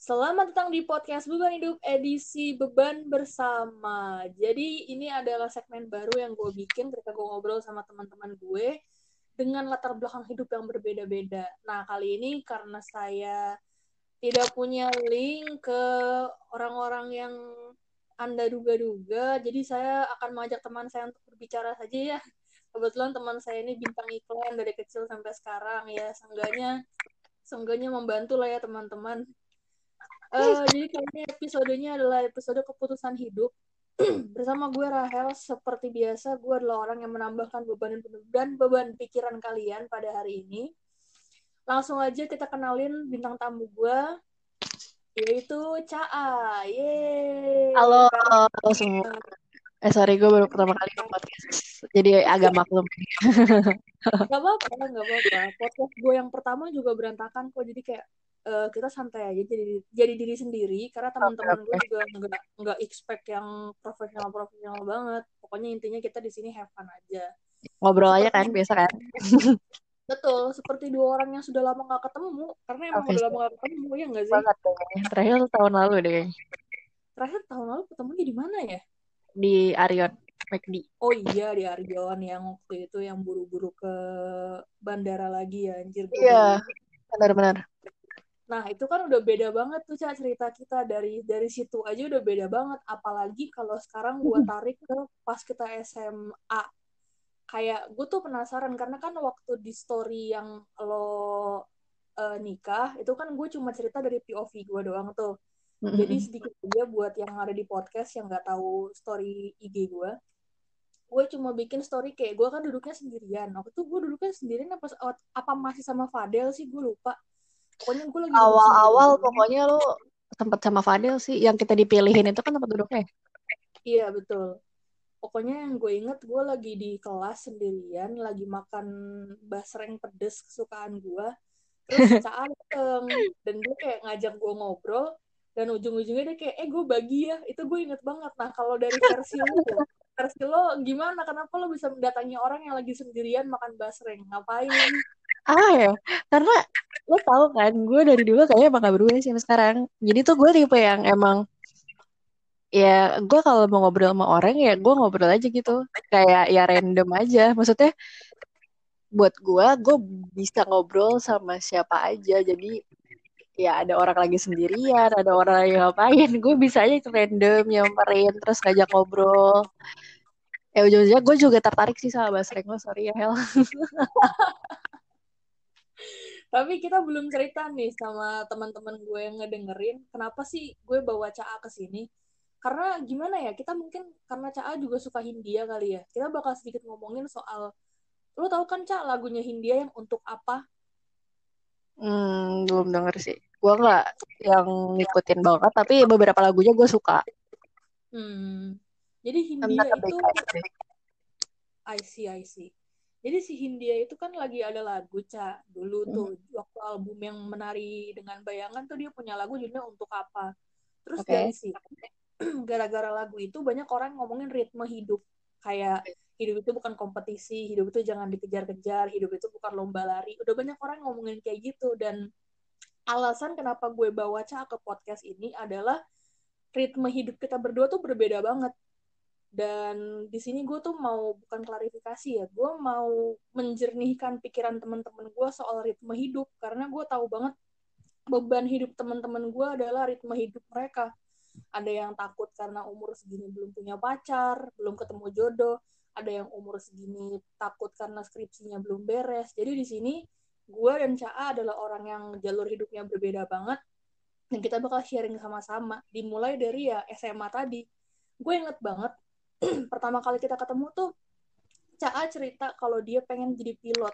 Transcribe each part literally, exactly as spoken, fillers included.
Selamat datang di podcast Beban Hidup edisi Beban Bersama. Jadi ini adalah segmen baru yang gue bikin ketika gue ngobrol sama teman-teman gue dengan latar belakang hidup yang berbeda-beda. Nah, kali ini karena saya tidak punya link ke orang-orang yang Anda duga-duga, jadi saya akan mengajak teman saya untuk berbicara saja ya. Kebetulan teman saya ini bintang iklan dari kecil sampai sekarang ya, seenggaknya seenggaknya membantu lah ya teman-teman. Uh, jadi kali ini episodenya adalah episode keputusan hidup. Bersama gue Rahel, seperti biasa gue adalah orang yang menambahkan beban dan beban pikiran kalian pada hari ini. Langsung aja kita kenalin bintang tamu gue, yaitu Caa. Halo, Yeay. Karena halo semua. Eh sorry, gue baru pertama kali di podcast. Jadi agak maklum. Gak apa-apa, gak apa-apa. Podcast gue yang pertama juga berantakan kok. Jadi kayak uh, kita santai aja jadi jadi diri sendiri. Karena Oke, teman-teman gue oke. juga nggak nggak expect yang profesional-profesional banget. Pokoknya intinya kita di sini have fun aja. Ngobrol aja Seperti kan, biasa kan? betul, seperti dua orang yang sudah lama nggak ketemu. Karena emang Oke, udah lama siap nggak ketemu ya nggak sih? banget kayaknya. Terakhir tuh tahun lalu deh kayaknya. Terakhir tahun lalu ketemunya di mana ya? Di Arion, McD. Oh iya di Arjon yang waktu itu yang buru-buru ke bandara lagi ya. Anjir gue Iya, baru ingat. benar-benar. Nah, itu kan udah beda banget tuh, Cak, cerita kita. Dari dari situ aja udah beda banget. Apalagi kalau sekarang gue tarik ke pas kita S M A. Kayak gue tuh penasaran, karena kan waktu di story yang lo uh, nikah, itu kan gue cuma cerita dari P O V gue doang tuh. Jadi Mm-mm. sedikit aja buat yang ada di podcast yang nggak tahu story I G gue. Gue cuma bikin story kayak gue kan duduknya sendirian. Waktu itu gue duduknya sendirian apa, apa masih sama Fadel sih, gue lupa. Pokoknya gue lagi duduk Awal-awal sendirian. pokoknya lu sempat sama Fadil sih. Yang kita dipilihin itu kan tempat duduknya, ya? Iya, betul. Pokoknya yang gue inget, gue lagi di kelas sendirian, lagi makan basreng pedes kesukaan gue. Terus Caa dateng, dan dia kayak ngajak gue ngobrol, dan ujung-ujungnya dia kayak, eh gue bagi ya. Itu gue inget banget. Nah, kalau dari versi lo, versi lo gimana? Kenapa lo bisa mendatangi orang yang lagi sendirian makan basreng? Ngapain sih? Ah ya, karena lo tau kan, gue dari dulu kayaknya emang gak berubah sih sampai sekarang. Jadi tuh gue tipe yang emang ya gue kalau mau ngobrol sama orang ya gue ngobrol aja gitu kayak ya random aja maksudnya buat gue gue bisa ngobrol sama siapa aja jadi ya ada orang lagi sendirian ada orang lagi ngapain gue bisa aja itu random nyamperin terus ngajak ngobrol ya ujung-ujungnya gue juga tertarik sih sama Basreng lo sorry ya Hel. Tapi kita belum cerita nih sama teman-teman gue yang ngedengerin, kenapa sih gue bawa Caa ke sini. Karena gimana ya, kita mungkin karena Caa juga suka Hindia kali ya. Kita bakal sedikit ngomongin soal, lo tau kan Cak lagunya Hindia yang Untuk Apa? Hmm, belum denger sih gue nggak yang ngikutin banget tapi beberapa lagunya gue suka. Hmm. Jadi Tentang Hindia itu, kebaikan. I see, I see. Jadi si Hindia itu kan lagi ada lagu, Cak. Dulu tuh, waktu album yang Menari Dengan Bayangan tuh dia punya lagu judulnya Untuk Apa. Terus dari Oke. si gara-gara lagu itu banyak orang ngomongin ritme hidup. Kayak hidup itu bukan kompetisi, hidup itu jangan dikejar-kejar, hidup itu bukan lomba lari. Udah banyak orang ngomongin kayak gitu. Dan alasan kenapa gue bawa Cak ke podcast ini adalah ritme hidup kita berdua tuh berbeda banget. Dan di sini gue tuh mau bukan klarifikasi ya, gue mau menjernihkan pikiran teman-teman gue soal ritme hidup. Karena gue tahu banget beban hidup teman-teman gue adalah ritme hidup mereka. Ada yang takut karena umur segini belum punya pacar, belum ketemu jodoh. Ada yang umur segini takut karena skripsinya belum beres. Jadi di sini gue dan Caa adalah orang yang jalur hidupnya berbeda banget. Dan kita bakal sharing sama-sama. Dimulai dari ya S M A tadi. Gue inget banget, pertama kali kita ketemu tuh, Caa cerita kalau dia pengen jadi pilot.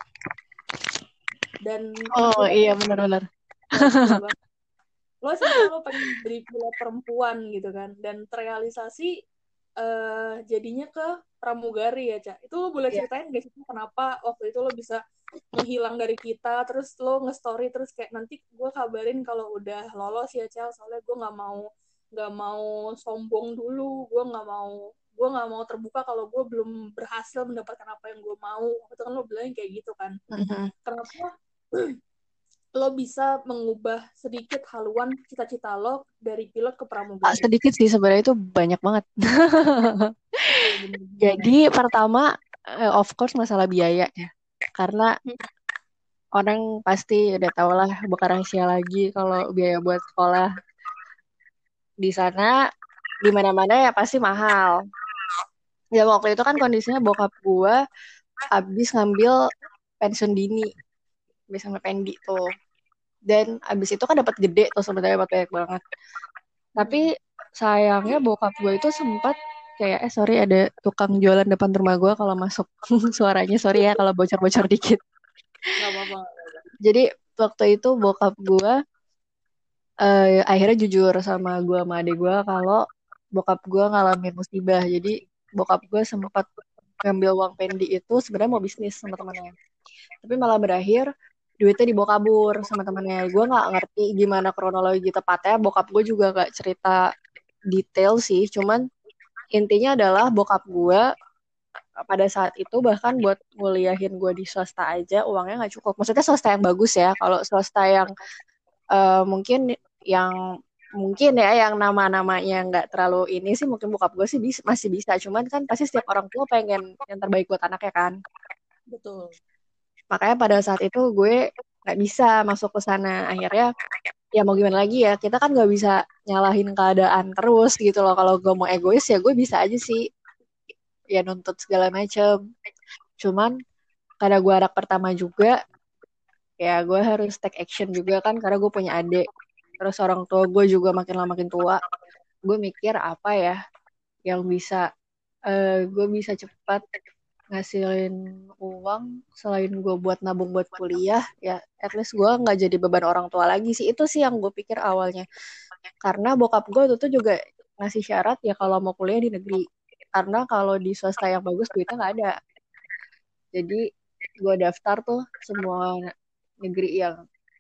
Dan Oh kita iya kayak, benar-benar. wah gila banget. Lo cerita lo pengen jadi pilot perempuan gitu kan, dan terrealisasi uh, jadinya ke pramugari ya, Cak. Itu lo boleh Iya. ceritain gak sih kenapa waktu itu lo bisa menghilang dari kita, terus lo nge-story, terus kayak nanti gue kabarin kalau udah lolos ya, Cak, soalnya gue nggak mau nggak mau sombong dulu, gue nggak mau gue nggak mau terbuka kalau gue belum berhasil mendapatkan apa yang gue mau. Waktu itu kan lo bilang kayak gitu kan. Mhm. Kenapa lo bisa mengubah sedikit haluan cita-cita lo dari pilot ke Ah, pramugari. sedikit sih sebenarnya itu banyak banget. Betul, bener-bener. Jadi pertama, eh, of course masalah biaya ya. Karena orang pasti udah tau lah, bukan rahasia lagi kalau biaya buat sekolah di sana di mana-mana ya pasti mahal. Ya waktu itu kan kondisinya bokap gua abis ngambil pensiun dini, abis ngambil pendi tuh. Dan abis itu kan dapat gede tuh sebenarnya dapat banyak banget. Tapi Hmm. sayangnya bokap gue itu sempat kayak eh sorry ada tukang jualan depan rumah gue kalau masuk suaranya sorry ya kalau bocor-bocor dikit. Nggak apa-apa. Jadi waktu itu bokap gue eh, akhirnya jujur sama gue sama adik gue kalau bokap gue ngalamin musibah. Jadi bokap gue sempat ngambil uang pendi itu sebenarnya mau bisnis sama temannya. Tapi malah berakhir duitnya dibawa kabur sama temannya. Gue nggak ngerti gimana kronologi tepatnya. Bokap gue juga nggak cerita detail sih. Cuman intinya adalah bokap gue pada saat itu bahkan buat nguliahin gue di swasta aja uangnya nggak cukup. Maksudnya swasta yang bagus ya. Kalau swasta yang eh, mungkin yang mungkin ya yang nama-namanya nggak terlalu ini sih mungkin bokap gue sih bis- masih bisa. Cuman kan pasti setiap orang tua pengen yang terbaik buat anaknya kan. Betul. Makanya pada saat itu gue nggak bisa masuk ke sana. Akhirnya ya mau gimana lagi ya. Kita kan nggak bisa nyalahin keadaan terus gitu loh. Kalau gue mau egois ya gue bisa aja sih ya nuntut segala macem. Cuman karena gue anak pertama juga, ya gue harus take action juga kan karena gue punya adik. Terus orang tua gue juga makin lama makin tua. Gue mikir apa ya yang bisa eh, gue bisa cepat ngasilin uang selain gue buat nabung buat kuliah ya at least gue nggak jadi beban orang tua lagi sih itu sih yang gue pikir awalnya karena bokap gue itu tuh juga ngasih syarat ya kalau mau kuliah di negeri karena kalau di swasta yang bagus duitnya nggak ada jadi gue daftar tuh semua negeri yang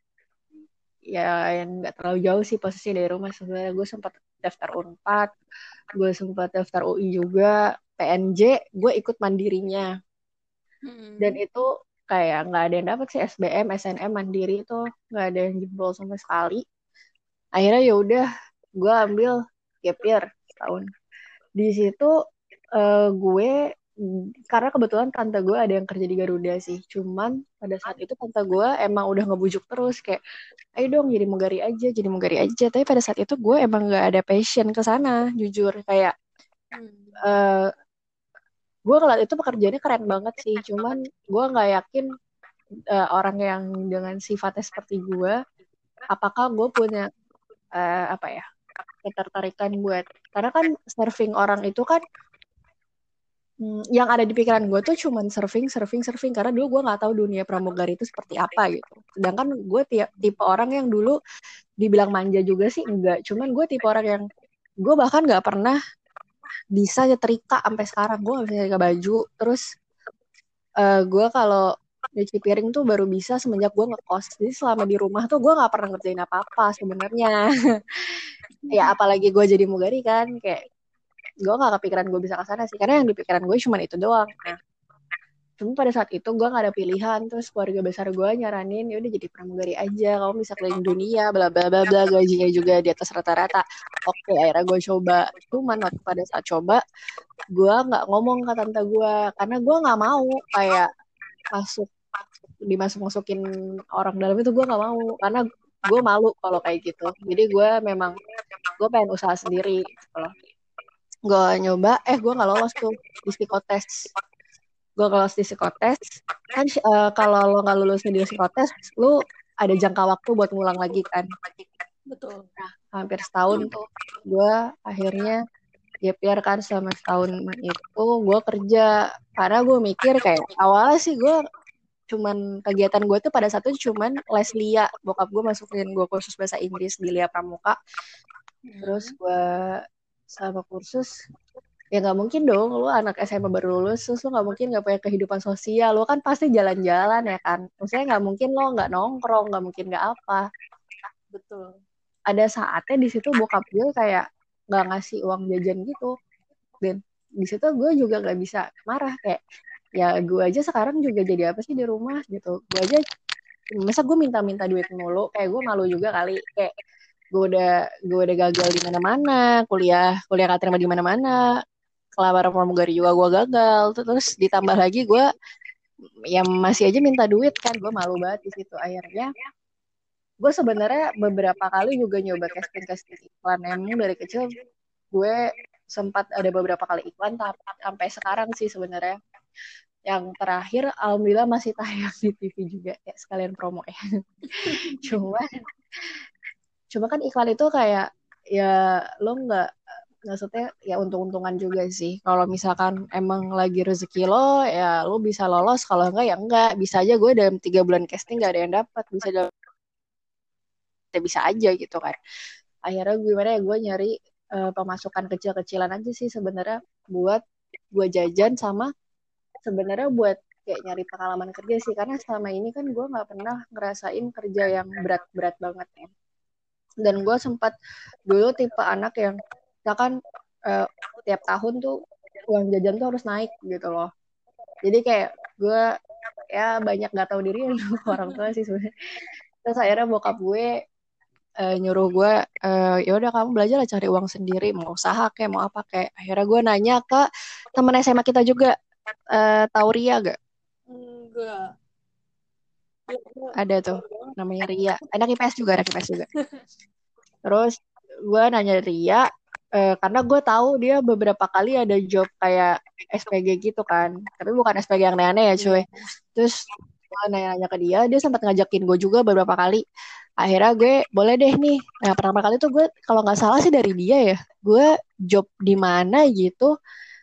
ya yang nggak terlalu jauh sih posisi dari rumah sebenarnya gue sempat daftar Unpad gue sempat daftar U I juga P N J gue ikut mandirinya dan Hmm. itu kayak nggak ada yang dapat sih S B M S N M mandiri itu nggak ada yang jebol sama sekali akhirnya ya udah gue ambil gap year setahun di situ eh, gue karena kebetulan tante gue ada yang kerja di Garuda sih cuman pada saat itu tante gue emang udah ngebujuk terus kayak ayo dong jadi mugari aja jadi mugari aja tapi pada saat itu gue emang nggak ada passion ke sana jujur kayak Hmm. eh gue ngeliat itu pekerjaannya keren banget sih cuman gue nggak yakin eh, orang yang dengan sifatnya seperti gue apakah gue punya eh, apa ya ketertarikan buat karena kan surfing orang itu kan hmm, yang ada di pikiran gue tuh cuman surfing surfing surfing karena dulu gue nggak tahu dunia pramugari itu seperti apa gitu sedangkan gue tiap tipe orang yang dulu dibilang manja juga sih enggak cuman gue tipe orang yang gue bahkan nggak pernah bisa nyetrika sampai sekarang gue nggak bisa nyetrika baju terus eh, gue kalau nyuci piring tuh baru bisa semenjak gue ngekos jadi selama di rumah tuh gue nggak pernah ngerjain apa-apa sebenarnya ya apalagi gue jadi mugari kan kayak gue nggak kepikiran gue bisa ke sana sih karena yang di pikiran gue cuma itu doang nah cuma pada saat itu gue nggak ada pilihan terus keluarga besar gue nyaranin ya udah jadi pramugari aja kamu bisa keliling dunia bla bla bla bla gajinya juga di atas rata-rata oke akhirnya gue coba cuman waktu pada saat coba gue nggak ngomong ke tante gue karena gue nggak mau kayak masuk dimasuk masukin orang dalam itu gue nggak mau karena gue malu kalau kayak gitu jadi gue memang gue pengen usaha sendiri kalau gue nyoba eh gue nggak lolos tuh di psikotes gue lolos di psikotes kan uh, kalau lo nggak lulus di psikotes lu ada jangka waktu buat ngulang lagi kan Betul. hampir setahun tuh gue akhirnya gap year kan selama setahun itu gue kerja karena gue mikir kayak awalnya sih gue cuman kegiatan gue tuh pada saat itu cuman les Lia bokap gue masukin gue kursus bahasa Inggris di Lia Pramuka terus Hmm. gue sama kursus ya nggak mungkin dong lu anak S M A baru lulus terus lu nggak mungkin nggak punya kehidupan sosial lu kan pasti jalan-jalan ya kan maksudnya nggak mungkin lo nggak nongkrong nggak mungkin nggak apa Betul. ada saatnya di situ bokap gue kayak nggak ngasih uang jajan gitu dan di situ gue juga nggak bisa marah kayak ya gue aja sekarang juga jadi apa sih di rumah gitu gue aja masa gue minta-minta duit mulu, kayak gue malu juga kali, kayak gue udah gue udah gagal di mana-mana, kuliah kuliah gak terima di mana-mana, kelamar pramugari juga gue gagal, terus ditambah lagi gue yang masih aja minta duit kan, gue malu banget di situ. Akhirnya gue sebenarnya beberapa kali juga nyoba casting casting iklan, emang dari kecil gue sempat ada beberapa kali iklan, tapi sampai sekarang sih sebenarnya. Yang terakhir alhamdulillah masih tayang di T V juga ya, sekalian promo ya. cuma cuma kan iklan itu kayak ya lo nggak, maksudnya ya untung-untungan juga sih. Kalau misalkan emang lagi rezeki lo ya lo bisa lolos, kalau enggak ya enggak. Bisa aja gue dalam tiga bulan casting gak ada yang dapat, bisa dalam ya bisa aja gitu kan. Akhirnya gimana ya, gue nyari uh, pemasukan kecil-kecilan aja sih sebenarnya, buat gue jajan sama sebenarnya buat kayak nyari pengalaman kerja sih, karena selama ini kan gue nggak pernah ngerasain kerja yang berat-berat banget ya. Dan gue sempat dulu tipe anak yang misalkan uh, tiap tahun tuh uang jajan tuh harus naik gitu loh. Jadi kayak gue ya banyak nggak tahu diri orang tua sih sebenarnya. Terus akhirnya bokap gue uh, nyuruh gue, uh, ya udah kamu belajar lah cari uang sendiri, mau usaha kayak mau apa kayak. Akhirnya gue nanya ke temen S M A kita juga, uh, tahu Ria gak? Enggak. Ada tuh namanya Ria, anak I P S juga, anak I P S juga. Terus gue nanya Ria, uh, karena gue tahu dia beberapa kali ada job kayak S P G gitu kan, tapi bukan S P G yang aneh-aneh ya cuy. Yeah. Terus gue nanya-nanya ke dia, dia sempat ngajakin gue juga beberapa kali. Akhirnya gue boleh deh nih. Nah pertama kali tuh gue kalau nggak salah sih dari dia ya, gue job di mana gitu.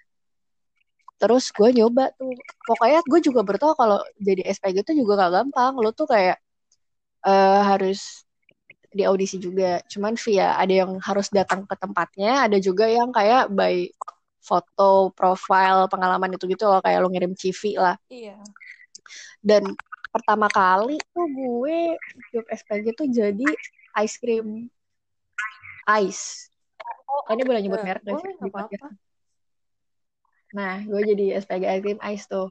Terus gue nyoba tuh. Pokoknya gue juga bertahu kalau jadi S P G itu juga gak gampang. Lo tuh kayak uh, harus di audisi juga. Cuman via ada yang harus datang ke tempatnya, ada juga yang kayak by foto, profile, pengalaman itu gitu loh, kayak lo ngirim C V lah. Iya. Dan pertama kali tuh gue job S P G tuh jadi ice cream ice. Oh, ini boleh nyebut merek gak sih? Apa-apa. Nah, gue jadi S P G ice cream ice tuh.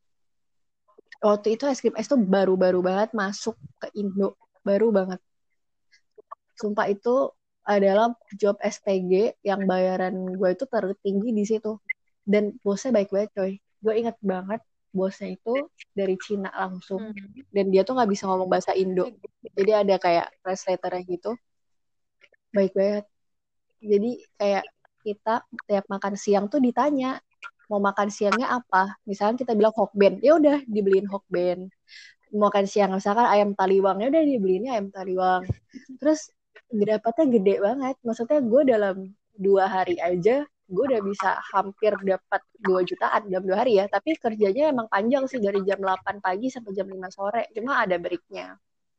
Waktu itu es krim ice tuh baru-baru banget masuk ke Indo. Baru banget. Sumpah itu adalah job S P G yang bayaran gue itu tertinggi di situ. Dan bosnya baik banget coy. Gue inget banget bosnya itu dari Cina langsung. Hmm. Dan dia tuh gak bisa ngomong bahasa Indo. Jadi ada kayak translatornya gitu. Baik banget. Jadi kayak kita tiap makan siang tuh ditanya, mau makan siangnya apa? Misalkan kita bilang hokben, ya udah dibeliin hokben. Mau makan siang misalkan ayam taliwang, ya udah dibeliinnya ayam taliwang. Terus dapatnya gede banget. Maksudnya gue dalam dua hari aja gue udah bisa hampir dapat dua jutaan dalam dua hari ya. Tapi kerjanya emang panjang sih, dari jam delapan pagi sampai jam lima sore. Cuma ada breaknya.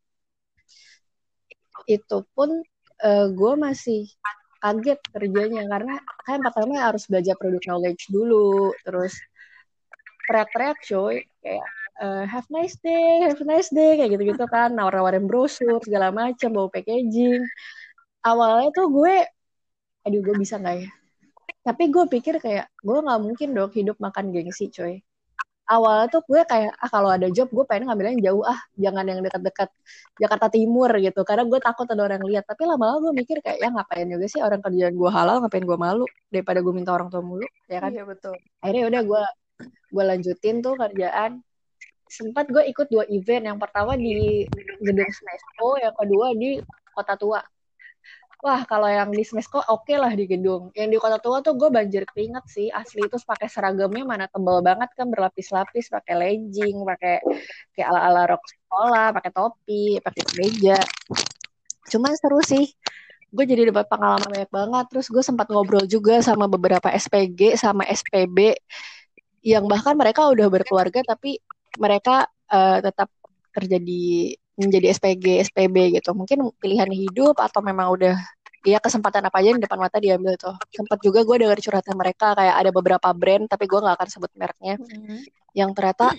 Itu pun uh, gue masih kaget kerjanya, karena kan pertama harus belajar product knowledge dulu, terus teriak-teriak coy, kayak uh, have nice day, have nice day, kayak gitu-gitu kan, nawar-nawarin brosur, segala macam, bawa packaging. Awalnya tuh gue, aduh gue bisa gak ya? Tapi gue pikir kayak, gue gak mungkin dong hidup makan gengsi coy. Awalnya tuh gue kayak, ah kalau ada job gue pengen ngambil yang jauh, ah jangan yang dekat-dekat Jakarta Timur gitu, karena gue takut ada orang lihat. Tapi lama-lama gue mikir kayak, ya ngapain juga sih, orang kerjaan gue halal, ngapain gue malu daripada gue minta orang tua mulu, ya kan? Iya betul. Akhirnya udah gue gue lanjutin tuh kerjaan. Sempat gue ikut dua event, yang pertama di gedung Smesco, yang kedua di Kota Tua. Wah, kalau yang di Smesco oke okay lah di gedung. Yang di Kota Tua tuh gue banjir keringat sih, asli. Itu pakai seragamnya mana tebal banget kan, berlapis-lapis, pakai legging, pakai kayak ala-ala rok sekolah, pakai topi, pakai kemeja. Cuma seru sih. Gue jadi dapat pengalaman banyak banget. Terus gue sempat ngobrol juga sama beberapa S P G sama S P B yang bahkan mereka udah berkeluarga tapi mereka uh, tetap kerja di menjadi S P G, S P B gitu. Mungkin pilihan hidup atau memang udah ya kesempatan apa aja yang depan mata diambil tuh. Sempat juga gue dengar curhatan mereka, kayak ada beberapa brand tapi gue gak akan sebut mereknya, mm-hmm. yang ternyata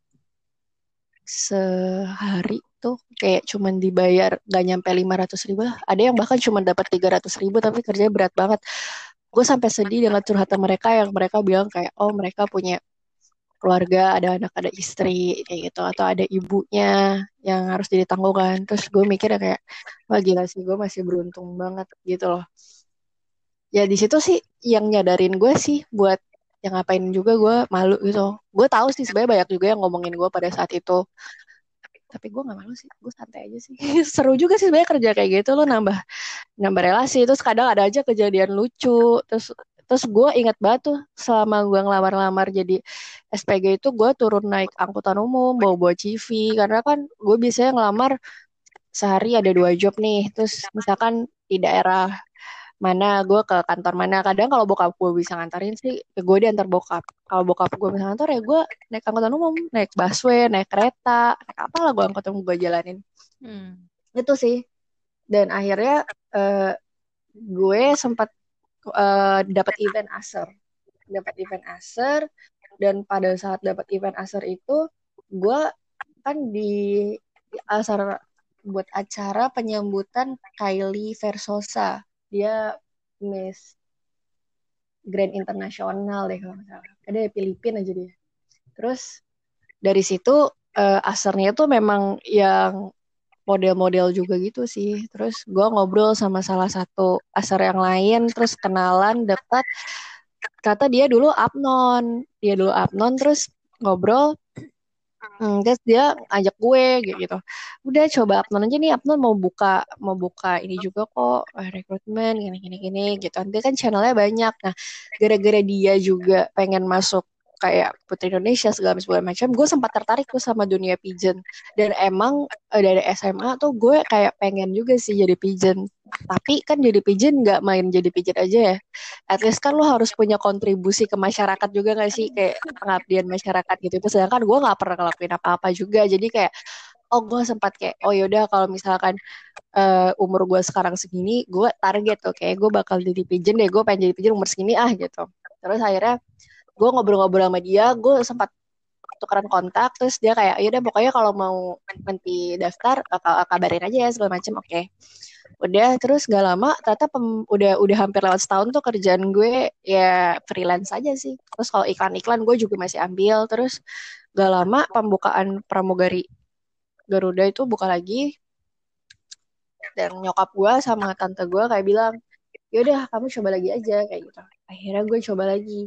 sehari tuh kayak cuman dibayar gak nyampe lima ratus ribu lah. Ada yang bahkan cuma dapat tiga ratus ribu tapi kerjanya berat banget. Gue sampai sedih dengan curhatan mereka yang mereka bilang kayak, oh mereka punya keluarga, ada anak, ada istri kayak gitu, atau ada ibunya yang harus jadi tanggungan. Terus gue mikirnya kayak, wah gila sih, gue masih beruntung banget gitu loh. Ya di situ sih yang nyadarin gue sih buat yang ngapain juga gue malu gitu. Gue tahu sih sebenarnya banyak juga yang ngomongin gue pada saat itu. Tapi gue nggak malu sih, gue santai aja sih. Seru juga sih sebenarnya kerja kayak gitu, lo nambah nambah relasi. Terus kadang ada aja kejadian lucu. Terus terus gue ingat banget tuh selama gue ngelamar-lamar jadi S P G itu gue turun naik angkutan umum bawa-bawa C V karena kan gue biasanya ngelamar sehari ada dua job nih. Terus misalkan di daerah mana gue ke kantor mana, kadang kalau bokap gue bisa nganterin sih ya gue diantar bokap, kalau bokap gue bisa ngantor ya gue naik angkutan umum, naik busway, naik kereta, naik apa lah gue angkutan umum gue jalanin. Hmm. Itu sih. Dan akhirnya uh, gue sempat uh, dapat event aser dapat event aser dan pada saat dapat event aser itu gue kan di, di aser buat acara penyambutan Kylie Versosa, dia Miss Grand Internasional deh kalau nggak salah. Ada di Filipina aja dia. Terus dari situ uh, asernya tuh memang yang model-model juga gitu sih. Terus gue ngobrol sama salah satu aser yang lain, terus kenalan, dekat. Kata dia dulu Apnon, dia dulu Apnon, terus ngobrol. Hmm, terus dia ajak gue gitu. Udah coba Apnon aja nih, Apnon mau buka mau buka ini juga kok, eh, rekrutmen gini gini gini gitu. Nanti kan channelnya banyak. Nah, gara-gara dia juga pengen masuk kayak Putri Indonesia segala segala macam, gue sempat tertarik tuh sama dunia pigeon. Dan emang eh, dari S M A tuh gue kayak pengen juga sih jadi pigeon. Tapi kan jadi pigeon nggak main jadi pigeon aja ya. At least kan lo harus punya kontribusi ke masyarakat juga gak sih, kayak pengabdian masyarakat gitu. Itu sedangkan gue nggak pernah ngelakuin apa-apa juga, jadi kayak oh gue sempat kayak oh yaudah kalau misalkan uh, umur gue sekarang segini gue target oke okay, gue bakal jadi pigeon deh, gue pengen jadi pigeon umur segini ah gitu. Terus akhirnya gue ngobrol-ngobrol sama dia, gue sempat tukeran kontak, terus dia kayak yaudah pokoknya kalau mau nanti daftar kabarin aja ya segala macam, oke okay. Udah, terus gak lama ternyata pem, udah udah hampir lewat setahun tuh kerjaan gue ya freelance aja sih. Terus kalau iklan-iklan gue juga masih ambil. Terus gak lama pembukaan pramugari Garuda itu buka lagi, dan nyokap gue sama tante gue kayak bilang yaudah kamu coba lagi aja kayak gitu. Akhirnya gue coba lagi.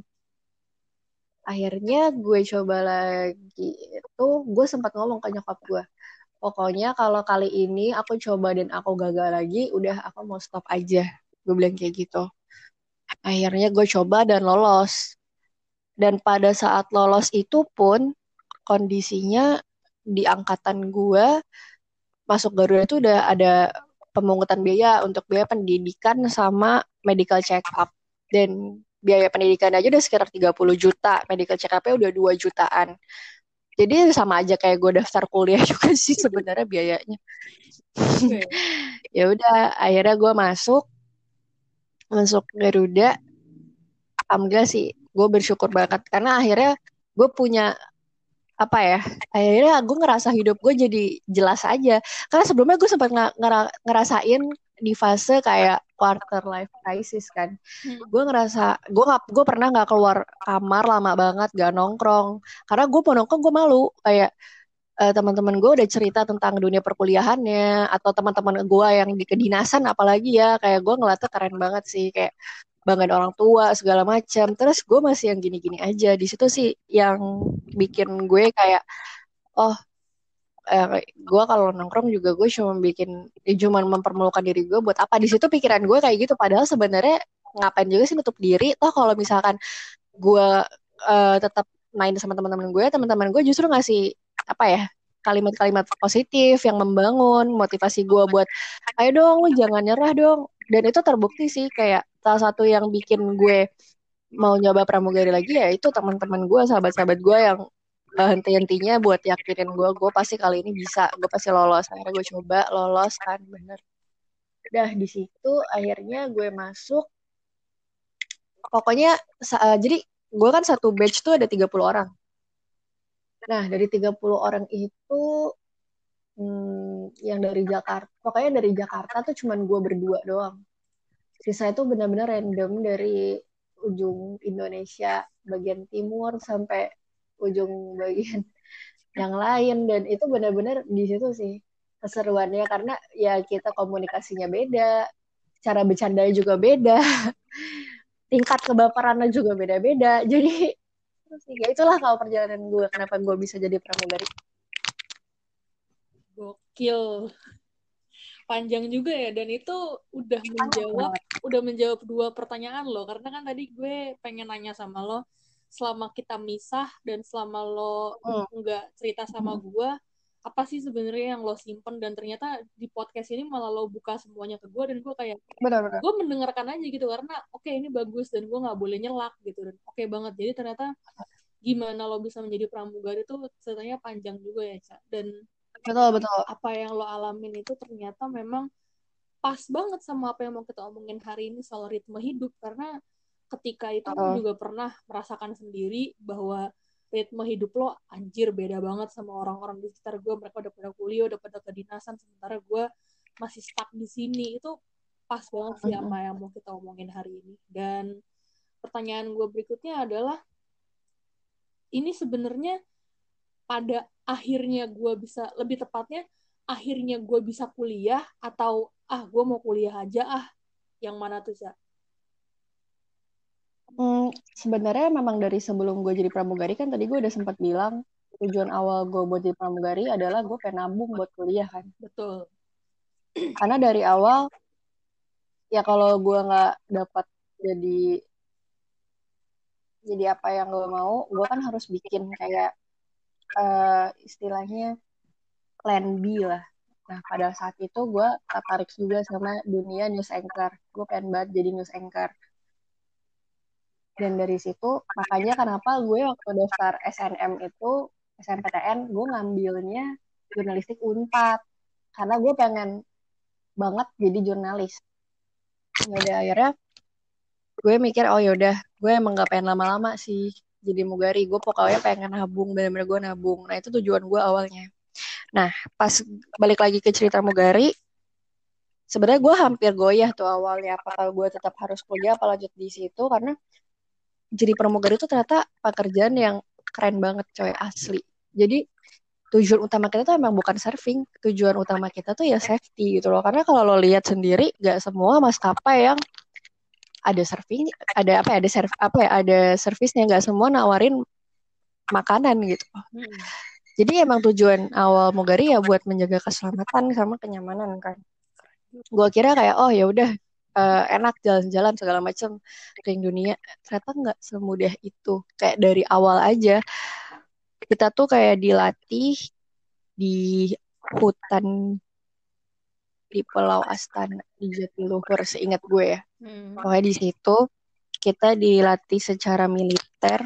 Akhirnya gue coba lagi itu gue sempat ngomong ke nyokap gue, pokoknya kalau kali ini aku coba dan aku gagal lagi, udah aku mau stop aja. Gue bilang kayak gitu. Akhirnya gue coba dan lolos. Dan pada saat lolos itu pun kondisinya di angkatan gue masuk Garuda itu udah ada pemungutan biaya untuk biaya pendidikan sama medical check up. Dan biaya pendidikan aja udah sekitar tiga puluh juta, medical check up-nya udah dua jutaan. Jadi sama aja kayak gue daftar kuliah juga sih sebenarnya biayanya. Okay. Ya udah, akhirnya gue masuk masuk Garuda. Alhamdulillah sih, gue bersyukur banget karena akhirnya gue punya apa ya, akhirnya gue ngerasa hidup gue jadi jelas aja. Karena sebelumnya gue sempat ng- ngera- ngerasain di fase kayak quarter life crisis kan. Hmm. Gue ngerasa gue nggak gue pernah nggak keluar kamar lama banget, gak nongkrong. Karena gue mau nongkrong gue malu, kayak uh, teman-teman gue udah cerita tentang dunia perkuliahannya atau teman-teman gue yang di kedinasan, apalagi ya kayak gue ngeliatnya keren banget sih, kayak banggain orang tua segala macam. Terus gue masih yang gini-gini aja. Di situ sih yang bikin gue kayak oh eh, gue kalau nongkrong juga gue cuma bikin eh, cuma mempermalukan diri gue buat apa. Di situ pikiran gue kayak gitu, padahal sebenarnya ngapain juga sih nutup diri, toh kalau misalkan gue uh, tetap main sama teman-teman gue, teman-teman gue justru ngasih apa ya, kalimat-kalimat positif yang membangun motivasi gue buat ayo dong lu jangan nyerah dong. Dan itu terbukti sih, kayak salah satu yang bikin gue mau nyoba pramugari lagi ya itu teman-teman gue, sahabat-sahabat gue yang uh, henti-hentinya buat yakinin gue gue pasti kali ini bisa, gue pasti lolos. Akhirnya gue coba lolos kan, bener. Udah di situ akhirnya gue masuk. Pokoknya uh, jadi gue kan satu batch tuh ada tiga puluh orang. Nah, dari tiga puluh orang itu hmm, yang dari Jakarta, pokoknya dari Jakarta tuh cuman gue berdua doang. Sisa itu benar-benar random dari ujung Indonesia bagian timur sampai ujung bagian yang lain. Dan itu benar-benar di situ sih keseruannya, karena ya kita komunikasinya beda, cara bercandanya juga beda, tingkat kebaperannya juga beda-beda. Jadi ya itulah kalau perjalanan gue kenapa gue bisa jadi pramugari. Gokil. Panjang juga ya, dan itu udah menjawab udah menjawab dua pertanyaan lo, karena kan tadi gue pengen nanya sama lo, selama kita misah dan selama lo hmm. nggak cerita sama gue, apa sih sebenarnya yang lo simpen, dan ternyata di podcast ini malah lo buka semuanya ke gue, dan gue kayak Benar-benar. gue mendengarkan aja gitu, karena oke okay, ini bagus dan gue nggak boleh nyelak gitu, dan oke okay banget. Jadi ternyata gimana lo bisa menjadi pramugari itu ceritanya panjang juga ya, Ca. Dan betul betul apa yang lo alamin itu ternyata memang pas banget sama apa yang mau kita omongin hari ini soal ritme hidup, karena ketika itu uh. gue juga pernah merasakan sendiri bahwa ritme hidup lo anjir beda banget sama orang-orang di sekitar gue. Mereka udah pada kuliah, udah pada kedinasan, sementara gue masih stuck di sini. Itu pas banget sih apa yang mau kita omongin hari ini. Dan pertanyaan gue berikutnya adalah, ini sebenarnya pada akhirnya gue bisa, lebih tepatnya akhirnya gue bisa kuliah, atau ah gue mau kuliah aja ah, yang mana tuh Za? Hmm, sebenarnya memang dari sebelum gue jadi pramugari kan tadi gue udah sempat bilang tujuan awal gue buat jadi pramugari adalah gue pengen nabung buat kuliah kan. Betul. Karena dari awal ya kalau gue nggak dapat jadi jadi apa yang gue mau, gue kan harus bikin kayak uh, istilahnya plan B lah. Nah pada saat itu gue tertarik juga sama dunia news anchor. Gue pengen banget jadi news anchor. Dan dari situ makanya kenapa gue waktu daftar S N M itu S N P T N gue ngambilnya jurnalistik Unpad karena gue pengen banget jadi jurnalis. Jadi akhirnya gue mikir oh yaudah gue emang gak pengen lama-lama sih jadi mugari, gue pokoknya pengen nabung, bener-bener gue nabung. Nah itu tujuan gue awalnya. Nah pas balik lagi ke cerita mugari, sebenarnya gue hampir goyah tuh awalnya apakah gue tetap harus kuliah apa lanjut di situ, karena jadi pramugari itu ternyata pekerjaan yang keren banget coy, asli. Jadi tujuan utama kita tuh emang bukan surfing, tujuan utama kita tuh ya safety gitu loh. Karena kalau lo lihat sendiri, gak semua maskapai yang ada surfing, ada apa ya, ada serv, apa ya, ada servisnya, gak semua nawarin makanan gitu. Hmm. Jadi emang tujuan awal mugari ya buat menjaga keselamatan sama kenyamanan kan. Gue kira kayak oh ya udah uh, enak jalan-jalan segala macam keliling dunia, ternyata nggak semudah itu. Kayak dari awal aja kita tuh kayak dilatih di hutan di Pulau Astana di Jatiluhur seingat gue ya. Hmm. Pokoknya di situ kita dilatih secara militer.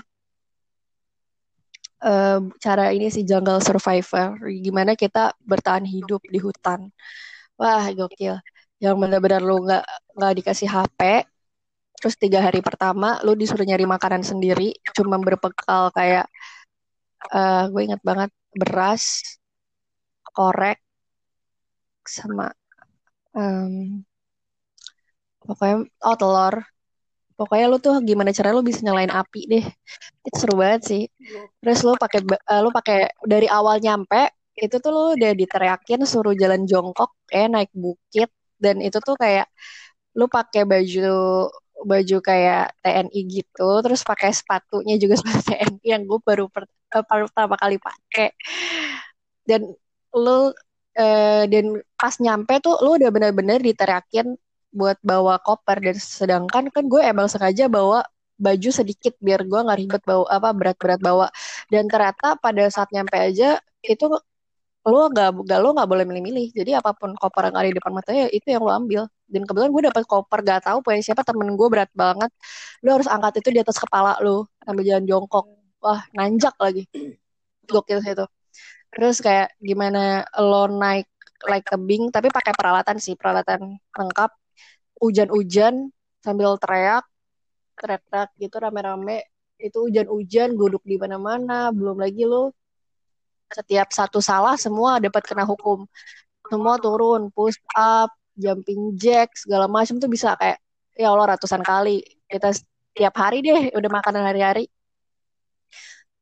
Uh, cara ini sih jungle survivor, gimana kita bertahan hidup di hutan. Wah gokil. Yang benar-benar lu nggak nggak dikasih H P, terus tiga hari pertama lu disuruh nyari makanan sendiri, cuma berbekal kayak uh, gue ingat banget beras, korek, sama um, pokoknya oh telur. Pokoknya lu tuh gimana caranya lu bisa nyalain api deh. Itu seru banget sih. Terus lu pakai uh, lu pakai dari awal nyampe itu tuh lu udah diteriakin suruh jalan jongkok, eh naik bukit, dan itu tuh kayak lu pakai baju baju kayak T N I gitu, terus pakai sepatunya juga sepatu T N I yang gue baru per, uh, pertama kali pakai. Dan lu uh, dan pas nyampe tuh lu udah benar-benar diteriakin buat bawa koper, dan sedangkan kan gue emang sengaja bawa baju sedikit biar gue nggak ribet bawa apa berat-berat bawa. Dan ternyata pada saat nyampe aja itu lo nggak nggak lo nggak boleh milih-milih, jadi apapun koper yang ada di depan matanya itu yang lo ambil. Dan kebetulan gue dapat koper gak tahu punya siapa, temen gue, berat banget, lo harus angkat itu di atas kepala lo sambil jalan jongkok, wah nanjak lagi, gokil sih itu. Terus kayak gimana lo naik like tebing tapi pakai peralatan sih, peralatan lengkap, hujan-hujan sambil teriak teriak gitu rame-rame, itu hujan-hujan duduk di mana-mana, belum lagi lo setiap satu salah semua dapat kena hukum, semua turun, push up, jumping jack segala macam tuh bisa kayak ya Allah ratusan kali, kita tiap hari deh udah makanan hari-hari.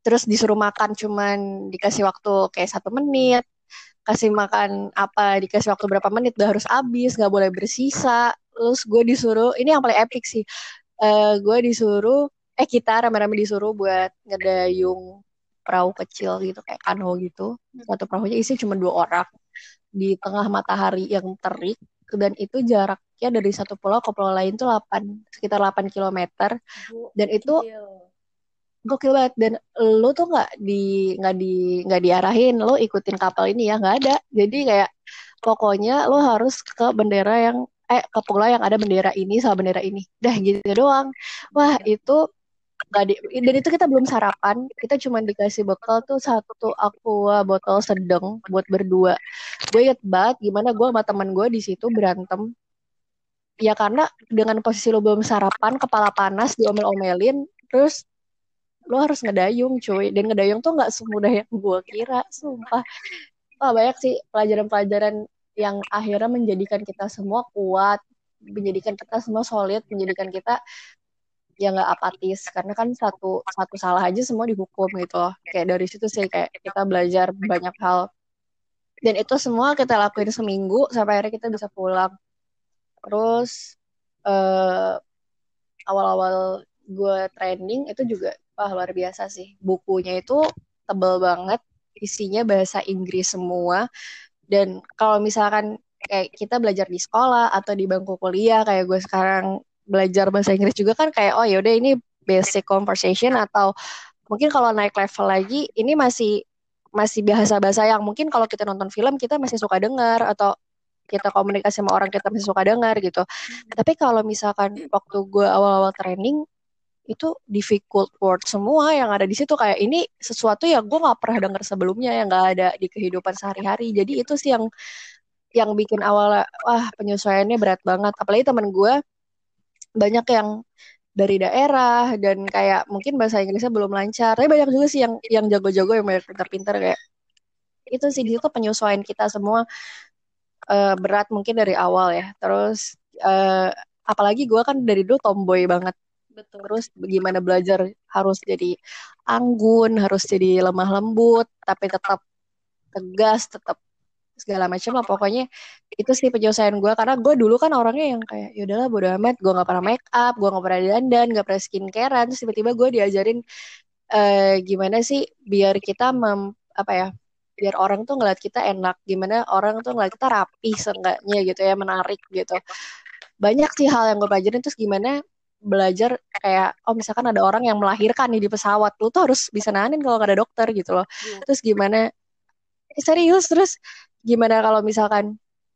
terus disuruh makan cuman dikasih waktu kayak satu menit, kasih makan apa dikasih waktu berapa menit udah harus habis, nggak boleh bersisa. Terus gue disuruh, ini yang paling epic sih, eh gue disuruh, eh kita rame-rame disuruh buat ngedayung perahu kecil gitu kayak kano gitu. Satu perahunya isi cuma dua orang di tengah matahari yang terik, dan itu jaraknya dari satu pulau ke pulau lain tuh delapan sekitar delapan kilometer, dan itu Gokil. gokil banget. Dan lo tuh nggak di nggak di nggak diarahin lo ikutin kapal ini ya, nggak ada. Jadi kayak pokoknya lo harus ke bendera yang eh ke pulau yang ada bendera ini sama bendera ini, dah gitu doang. Wah itu nggak di, dan itu kita belum sarapan, kita cuma dikasih bekal tuh satu aqua botol sedang buat berdua. Gue inget banget gimana gue sama teman gue di situ berantem ya, karena dengan posisi lo belum sarapan, kepala panas, diomel-omelin, terus lo harus ngedayung cuy, dan ngedayung tuh nggak semudah yang gue kira, sumpah. Wah banyak sih pelajaran-pelajaran yang akhirnya menjadikan kita semua kuat, menjadikan kita semua solid, menjadikan kita ya nggak apatis, karena kan satu satu salah aja semua dihukum gitu loh. Kayak dari situ sih kayak kita belajar banyak hal, dan itu semua kita lakuin seminggu sampai akhirnya kita bisa pulang. Terus eh, awal-awal gue training itu juga wah luar biasa sih, bukunya itu tebel banget, isinya bahasa Inggris semua. Dan kalau misalkan kayak kita belajar di sekolah atau di bangku kuliah kayak gue sekarang belajar bahasa Inggris juga kan kayak oh yaudah ini basic conversation, atau mungkin kalau naik level lagi ini masih masih bahasa-bahasa yang mungkin kalau kita nonton film kita masih suka dengar, atau kita komunikasi sama orang kita masih suka dengar gitu. Tapi kalau misalkan waktu gue awal-awal training itu difficult word semua yang ada di situ, kayak ini sesuatu yang gue nggak pernah dengar sebelumnya, yang nggak ada di kehidupan sehari-hari. Jadi itu sih yang yang bikin awal wah penyesuaiannya berat banget. Apalagi teman gue banyak yang dari daerah dan kayak mungkin bahasa Inggrisnya belum lancar, tapi banyak juga sih yang yang jago-jago, yang banyak pintar-pintar. Kayak itu sih, di situ penyesuaian kita semua uh, berat mungkin dari awal ya. Terus uh, apalagi gue kan dari dulu tomboy banget. Betul. Terus bagaimana belajar harus jadi anggun, harus jadi lemah lembut, tapi tetap tegas, tetap segala macam lah. Pokoknya itu sih penyelesaian gue, karena gue dulu kan orangnya yang kayak yaudahlah bodo amat, gue nggak pernah make up, gue nggak pernah dandan, nggak pernah skincarean. Terus tiba-tiba gue diajarin eh, gimana sih biar kita mem, apa ya, biar orang tuh ngeliat kita enak, gimana orang tuh ngeliat kita rapi seenggaknya gitu ya, menarik gitu. Banyak sih hal yang gue pelajarin. Terus gimana belajar kayak oh misalkan ada orang yang melahirkan nih di pesawat, lu tuh harus bisa nahanin kalau gak ada dokter gitu loh. Terus gimana eh, serius, terus gimana kalau misalkan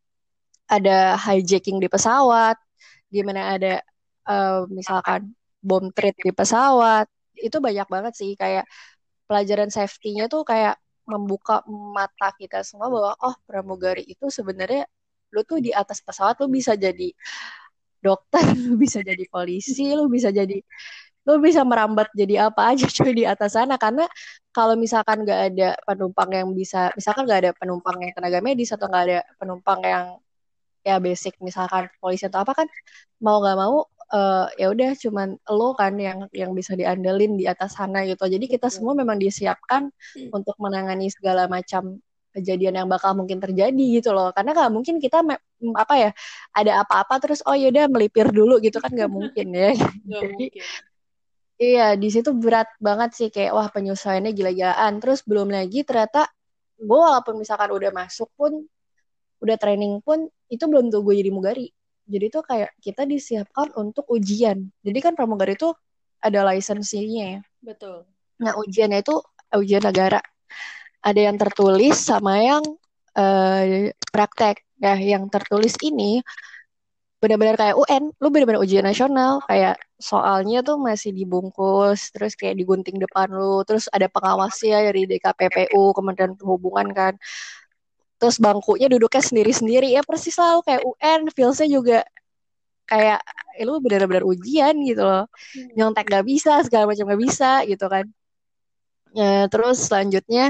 ada hijacking di pesawat, gimana ada uh, misalkan bom threat di pesawat. Itu banyak banget sih kayak pelajaran safety-nya tuh kayak membuka mata kita semua bahwa oh pramugari itu sebenarnya lu tuh di atas pesawat lu bisa jadi dokter, lu bisa jadi polisi, lu bisa jadi lu bisa merambat jadi apa aja cuy di atas sana. Karena kalau misalkan nggak ada penumpang yang bisa, misalkan nggak ada penumpang yang tenaga medis atau nggak ada penumpang yang ya basic misalkan polisi atau apa, kan mau nggak mau uh, ya udah cuman lo kan yang yang bisa diandelin di atas sana gitu. Jadi kita semua memang disiapkan untuk menangani segala macam kejadian yang bakal mungkin terjadi gitu loh. Karena nggak mungkin kita apa ya ada apa-apa terus oh yaudah melipir dulu gitu kan, nggak mungkin ya. Jadi iya di situ berat banget sih, kayak wah penyesuaiannya gila-gilaan. Terus belum lagi ternyata gue walaupun misalkan udah masuk pun, udah training pun, itu belum tuh gue jadi mugari. Jadi tuh kayak kita disiapkan untuk ujian. Jadi kan pramugari itu ada lisensinya ya. Betul. Nah ujiannya itu ujian negara. Ada yang tertulis sama yang uh, praktek. Nah yang tertulis ini benar-benar kayak U N, lu benar-benar ujian nasional, kayak soalnya tuh masih dibungkus, terus kayak digunting depan lu, terus ada pengawasnya dari D K P P U, Kementerian Perhubungan kan, terus bangkunya duduknya sendiri-sendiri, ya persis lah kayak U N, feelsnya juga kayak eh, lu benar-benar ujian gitu loh, nyontek gak bisa, segala macam gak bisa gitu kan. Ya, terus selanjutnya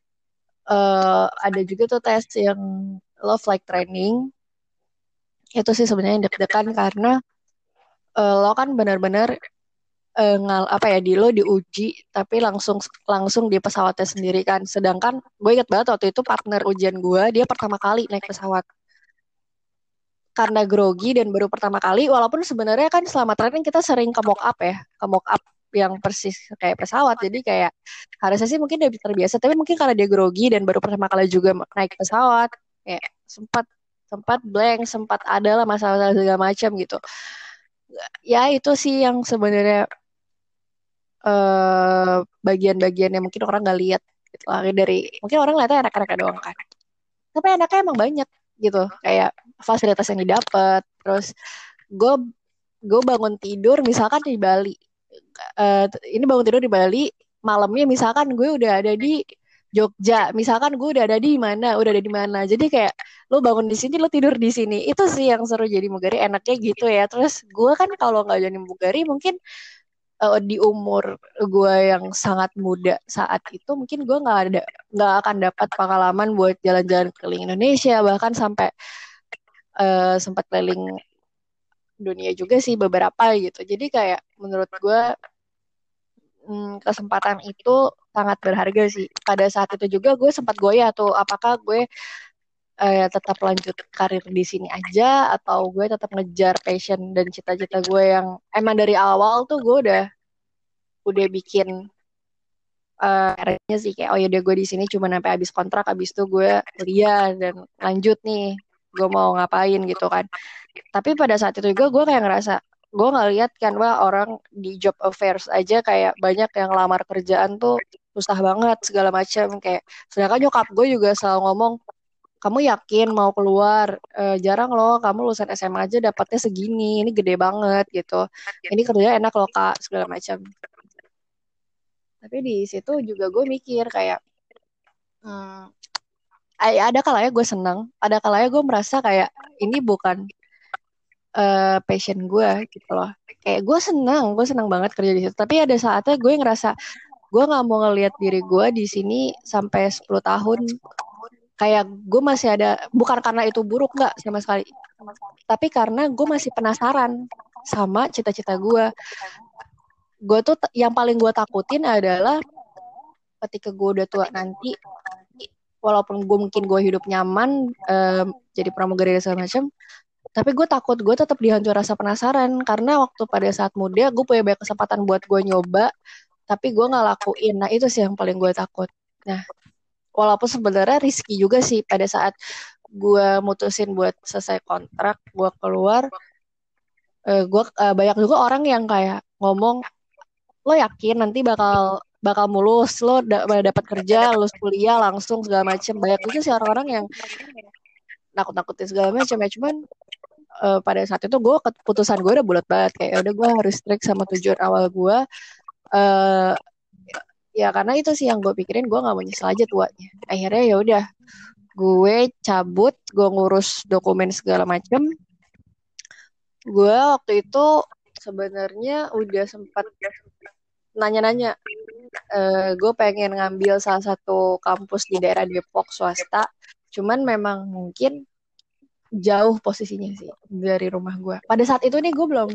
uh, ada juga tuh tes yang love like training. Itu sih sebenarnya deg-degan karena uh, lo kan benar-benar uh, ngal apa ya di lo diuji tapi langsung langsung di pesawatnya sendiri kan. Sedangkan gue inget banget waktu itu partner ujian gue dia pertama kali naik pesawat karena grogi dan baru pertama kali walaupun sebenarnya kan selama training kita sering ke mock up ya ke mock up yang persis kayak pesawat jadi kayak harusnya sih mungkin dia terbiasa tapi mungkin karena dia grogi dan baru pertama kali juga naik pesawat kayak sempat sempat blank sempat ada lah masalah segala macam gitu ya itu sih yang sebenarnya eh, bagian-bagian yang mungkin orang nggak lihat gitu lah dari mungkin orang lihatnya enak-enak doang kan tapi enaknya emang banyak gitu kayak fasilitas yang didapat terus gue gue bangun tidur misalkan di Bali uh, ini bangun tidur di Bali malamnya misalkan gue udah ada di Jogja misalkan gue udah ada di mana udah ada di mana jadi kayak lo bangun di sini lo tidur di sini itu sih yang seru jadi mugari enaknya gitu ya terus gue kan kalau nggak jadi mugari mungkin uh, di umur gue yang sangat muda saat itu mungkin gue nggak ada nggak akan dapat pengalaman buat jalan-jalan keliling Indonesia bahkan sampai uh, sempat keliling dunia juga sih beberapa gitu jadi kayak menurut gue hmm, kesempatan itu sangat berharga sih pada saat itu juga gue sempat goyah tuh apakah gue eh, tetap lanjut karir di sini aja atau gue tetap ngejar passion dan cita-cita gue yang emang dari awal tuh gue udah udah bikin uh, akhirnya sih kayak oh ya udah gue di sini cuma sampai habis kontrak habis itu gue kuliah dan lanjut nih gue mau ngapain gitu kan tapi pada saat itu juga gue kayak ngerasa gue nggak lihat kan wah orang di job affairs aja kayak banyak yang lamar kerjaan tuh susah banget segala macam kayak sedangkan nyokap gue juga selalu ngomong kamu yakin mau keluar e, jarang loh kamu lulusan S M A aja dapatnya segini ini gede banget gitu ini kerja enak loh kak segala macam tapi di situ juga gue mikir kayak hmm, ada kalanya gue seneng ada kalanya gue merasa kayak ini bukan uh, passion gue gitu loh kayak gue seneng gue seneng banget kerja di situ tapi ada saatnya gue ngerasa gue nggak mau ngelihat diri gue di sini sampai sepuluh tahun kayak gue masih ada bukan karena itu buruk nggak sama sekali tapi karena gue masih penasaran sama cita-cita gue gue tuh yang paling gue takutin adalah ketika gue udah tua nanti walaupun gue mungkin gue hidup nyaman um, jadi pramugari dan segala macam tapi gue takut gue tetap dihantui rasa penasaran karena waktu pada saat muda gue punya banyak kesempatan buat gue nyoba tapi gue nggak lakuin nah itu sih yang paling gue takut nah walaupun sebenarnya risky juga sih pada saat gue mutusin buat selesai kontrak gue keluar uh, gue uh, banyak juga orang yang kayak ngomong lo yakin nanti bakal bakal mulus lo da- dapat kerja lulus kuliah langsung segala macam banyak juga sih orang-orang yang nakut-nakutin segala macam ya cuman uh, pada saat itu gue keputusan gue udah bulat banget kayak udah gue harus strict sama tujuan awal gue uh, ya karena itu sih yang gue pikirin gue nggak mau nyesel aja tuanya akhirnya ya udah gue cabut gue ngurus dokumen segala macam gue waktu itu sebenarnya udah sempat nanya-nanya uh, gue pengen ngambil salah satu kampus di daerah Depok swasta cuman memang mungkin jauh posisinya sih dari rumah gue pada saat itu nih gue belum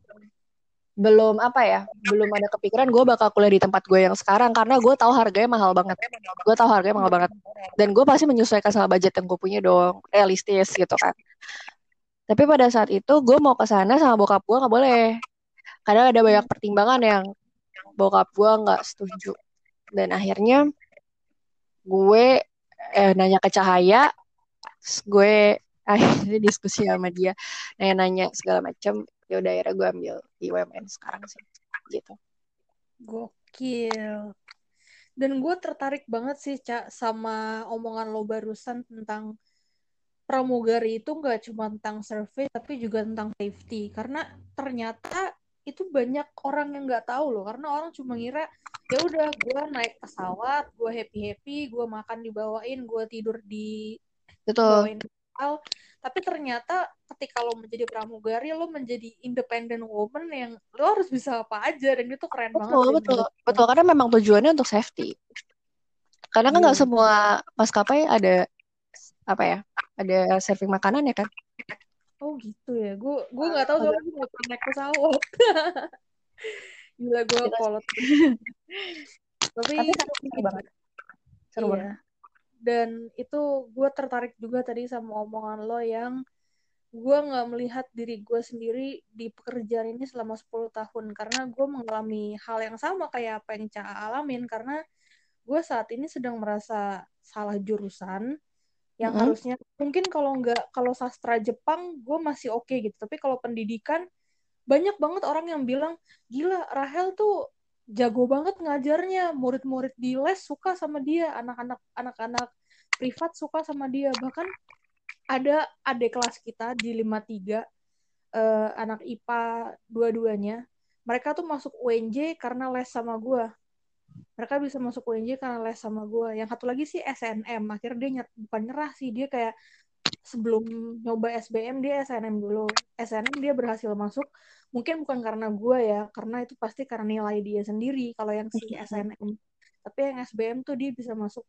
belum apa ya belum ada kepikiran gue bakal kuliah di tempat gue yang sekarang karena gue tahu harganya mahal banget gue tahu harganya mahal banget dan gue pasti menyesuaikan sama budget yang gue punya dong realistis gitu kan tapi pada saat itu gue mau ke sana sama bokap gue nggak boleh karena ada banyak pertimbangan yang bokap gue nggak setuju dan akhirnya gue eh, nanya ke Cahaya gue akhirnya diskusi sama dia nanya-nanya segala macam ya udah akhirnya gue ambil di U M N sekarang sih gitu. Gokil. Dan gue tertarik banget sih Cak sama omongan lo barusan tentang pramugari itu nggak cuma tentang survei tapi juga tentang safety karena ternyata itu banyak orang yang nggak tahu loh karena orang cuma ngira ya udah gue naik pesawat gue happy happy gue makan dibawain gue tidur di Betul. bawain hal tapi ternyata ketika lo menjadi pramugari lo menjadi independent woman yang lo harus bisa apa aja dan itu keren banget Betul, sih betul. menurut gue. Betul, karena memang tujuannya untuk safety. Karena kan Iya nggak betul. semua maskapai ada apa ya, ada serving makanan ya kan? Oh gitu ya gue gue nggak tahu soalnya gue nggak pernah naik pesawat. Gila gue Gitu sih. kolot. Tapi Tapi seru, seru itu banget. Seru iya. banget. Dan itu gue tertarik juga tadi sama omongan lo yang gue nggak melihat diri gue sendiri di pekerjaan ini selama sepuluh tahun karena gue mengalami hal yang sama kayak apa yang Ca alamin karena gue saat ini sedang merasa salah jurusan yang Mm-mm. harusnya mungkin kalau nggak kalau sastra Jepang gue masih oke gitu tapi kalau pendidikan banyak banget orang yang bilang gila Rahel tuh jago banget ngajarnya murid-murid di les suka sama dia anak-anak anak-anak privat suka sama dia bahkan ada adik kelas kita di lima tiga eh, anak I P A dua-duanya mereka tuh masuk U N J karena les sama gue mereka bisa masuk U N J karena les sama gue yang satu lagi sih S N M akhirnya dia nyet, bukan nyerah sih dia kayak sebelum nyoba S B M dia S N M dulu S N M dia berhasil masuk mungkin bukan karena gue ya karena itu pasti karena nilai dia sendiri kalau yang si Mm-mm. S N M tapi yang S B M tuh dia bisa masuk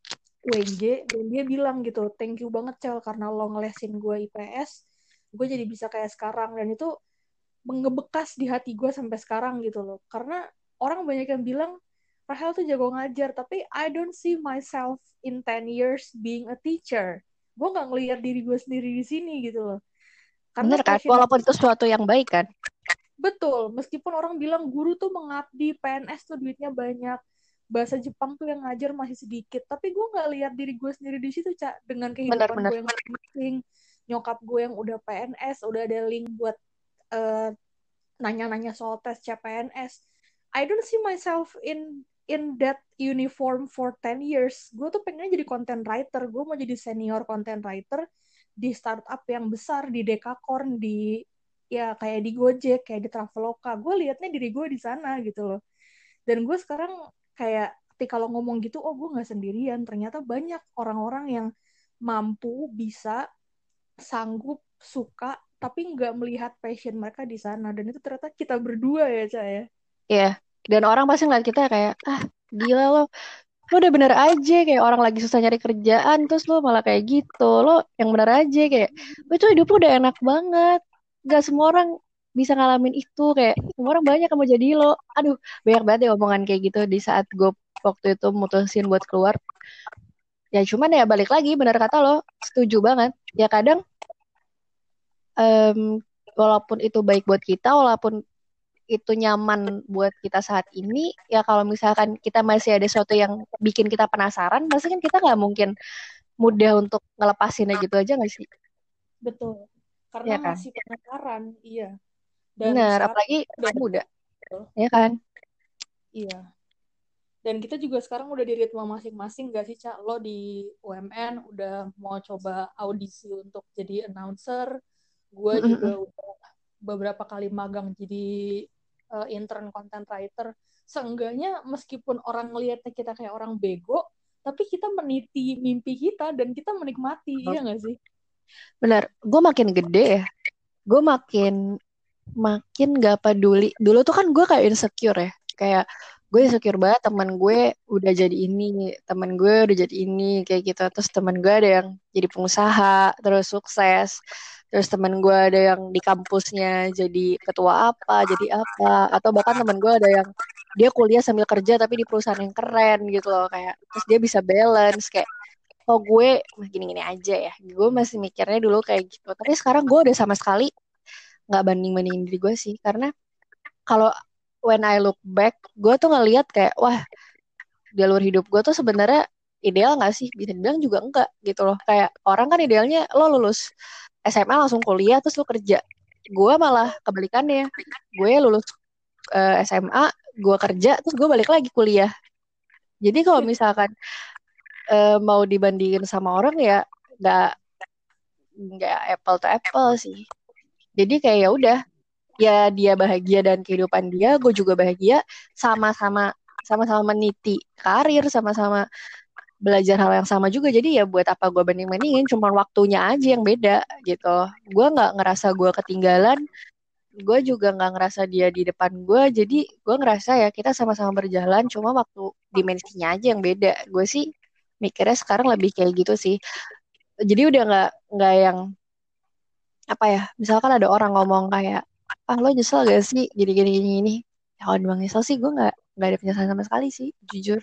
U N J dan dia bilang gitu thank you banget Cel karena lo ngelesin gue I P S gue jadi bisa kayak sekarang dan itu ngebekas di hati gue sampai sekarang gitu loh karena orang banyak yang bilang Rahel tuh jago ngajar tapi I don't see myself in ten years being a teacher gue nggak ngelihat diri gue sendiri di sini gitu loh karena Bener kan? passion Walaupun itu sesuatu yang baik kan? betul meskipun orang bilang guru tuh mengabdi P N S tuh duitnya banyak bahasa Jepang tuh yang ngajar masih sedikit tapi gue nggak lihat diri gue sendiri di situ Cak dengan kehidupan gue Bener-bener. yang masing-masing nyokap gue yang udah P N S udah ada link buat uh, nanya-nanya soal tes C P N S. I don't see myself in in that uniform for ten years. Gue tuh pengen jadi content writer. Gue mau jadi senior content writer di startup yang besar, di Dekakorn, di ya kayak di Gojek, kayak di Traveloka. Gue liatnya diri gue di sana gitu loh. Dan gue sekarang kayak ketika lo ngomong gitu, oh gue nggak sendirian. Ternyata banyak orang-orang yang mampu, bisa, sanggup, suka, tapi nggak melihat passion mereka di sana. Dan itu ternyata kita berdua ya, Cak ya. Iya. Dan orang pasti ngeliat kita kayak, ah gila lo, lo udah bener aja kayak orang lagi susah nyari kerjaan, terus lo malah kayak gitu. Lo yang bener aja kayak, lo itu hidup lo udah enak banget. Gak semua orang bisa ngalamin itu kayak, semua orang banyak yang mau jadi lo. Aduh, banyak banget ya omongan kayak gitu di saat gue waktu itu mutusin buat keluar. Ya cuman ya balik lagi, bener kata lo, setuju banget. Ya kadang, em, walaupun itu baik buat kita, walaupun itu nyaman buat kita saat ini, ya kalau misalkan kita masih ada sesuatu yang bikin kita penasaran, pasti kan kita nggak mungkin mudah untuk ngelepasinnya gitu aja nggak sih? Betul. Karena Ya kan? masih penasaran, iya. Dan Bener, sekarang apalagi udah masih muda, gitu. ya kan? Iya. Dan kita juga sekarang udah di ritme masing-masing gak sih, Cak? Lo di U M N udah mau coba audisi untuk jadi announcer. Gue juga Mm-mm. udah beberapa kali magang jadi uh, intern content writer. Seenggaknya meskipun orang ngelihatnya kita kayak orang bego, tapi kita meniti mimpi kita dan kita menikmati, iya gak sih? Bener, gue makin gede ya, gue makin makin gak peduli. Dulu tuh kan gue kayak insecure ya, kayak gue insecure banget teman gue udah jadi ini, teman gue udah jadi ini kayak gitu. Terus teman gue ada yang jadi pengusaha, terus sukses. Terus teman gue ada yang di kampusnya jadi ketua apa, jadi apa, atau bahkan teman gue ada yang dia kuliah sambil kerja tapi di perusahaan yang keren gitu loh kayak. Terus dia bisa balance kayak, oh gue mah gini-gini aja ya. Gue masih mikirnya dulu kayak gitu. Tapi sekarang gue udah sama sekali nggak banding-bandingin diri gue sih, karena kalau when I look back, gue tuh ngeliat kayak, wah, jalur hidup gue tuh sebenarnya ideal nggak sih? Bisa dibilang juga enggak gitu loh. Kayak orang kan idealnya lo lulus S M A langsung kuliah terus lo kerja. Gue malah kebalikannya. Gue lulus eh, S M A, gue kerja terus gue balik lagi kuliah. Jadi kalau misalkan eh, mau dibandingin sama orang ya nggak nggak apple to apple sih. Jadi kayak ya udah, ya dia bahagia dan kehidupan dia, gue juga bahagia, sama-sama sama-sama meniti karir, sama-sama belajar hal yang sama juga. Jadi ya buat apa gue banding-bandingin, cuma waktunya aja yang beda gitu. Gue nggak ngerasa gue ketinggalan, gue juga nggak ngerasa dia di depan gue. Jadi gue ngerasa ya kita sama-sama berjalan, cuma waktu dimensinya aja yang beda. Gue sih mikirnya sekarang lebih kayak gitu sih. Jadi udah nggak nggak yang apa ya, misalkan ada orang ngomong kayak, ah lo nyesel gak sih gini gini gini gini, Ya kalau dibilang nyesel sih gue nggak nggak ada penyesalan sama sekali sih, jujur.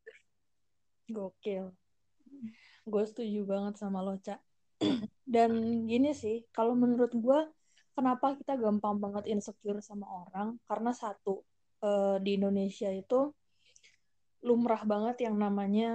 Gokil. Gue setuju banget sama lo, Cak. Dan gini sih, kalau menurut gue, kenapa kita gampang banget insecure sama orang? Karena satu, eh, di Indonesia itu lumrah banget yang namanya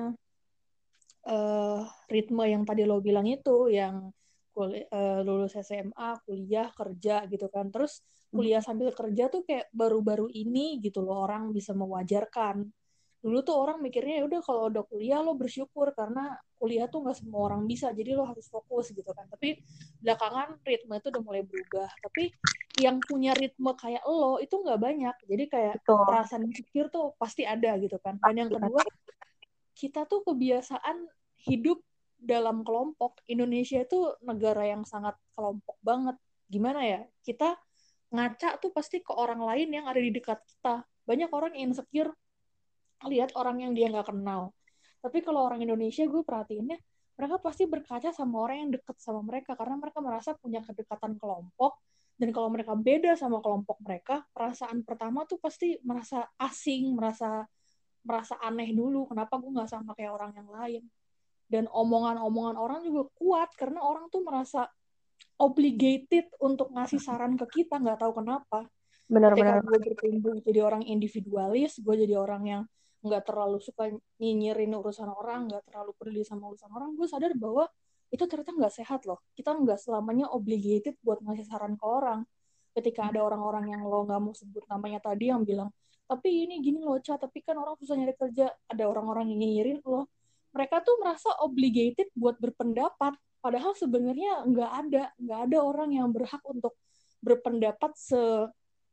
eh, ritme yang tadi lo bilang itu, yang kul- eh, lulus S M A, kuliah, kerja gitu kan. Terus kuliah sambil kerja tuh kayak baru-baru ini gitu loh orang bisa mewajarkan. Dulu tuh orang mikirnya ya udah kalau udah kuliah lo bersyukur karena kuliah tuh nggak semua orang bisa, jadi lo harus fokus gitu kan. Tapi belakangan ritme itu udah mulai berubah. Tapi yang punya ritme kayak lo itu nggak banyak. Jadi kayak Betul, perasaan insecure tuh pasti ada gitu kan. Dan yang pasti kedua, pasti. kita tuh kebiasaan hidup dalam kelompok. Indonesia itu negara yang sangat kelompok banget. Gimana ya? Kita ngaca tuh pasti ke orang lain yang ada di dekat kita. Banyak orang yang insecure lihat orang yang dia nggak kenal. Tapi kalau orang Indonesia gue perhatiinnya, mereka pasti berkaca sama orang yang deket sama mereka karena mereka merasa punya kedekatan kelompok. Dan kalau mereka beda sama kelompok mereka, perasaan pertama tuh pasti merasa asing, merasa merasa aneh dulu. Kenapa gue nggak sama kayak orang yang lain? Dan omongan-omongan orang juga kuat karena orang tuh merasa obligated untuk ngasih saran ke kita, nggak tahu kenapa. Ketika Benar-benar. gue bertumbuh jadi orang individualis, gue jadi orang yang nggak terlalu suka nyinyirin urusan orang, nggak terlalu peduli sama urusan orang, gue sadar bahwa itu ternyata nggak sehat loh. Kita nggak selamanya obligated buat ngasih saran ke orang. Ketika ada orang-orang yang lo nggak mau sebut namanya tadi yang bilang, tapi ini gini loh, Ca, tapi kan orang susah nyari kerja, ada orang-orang yang nyinyirin lo. Mereka tuh merasa obligated buat berpendapat, padahal sebenarnya nggak ada, nggak ada orang yang berhak untuk berpendapat se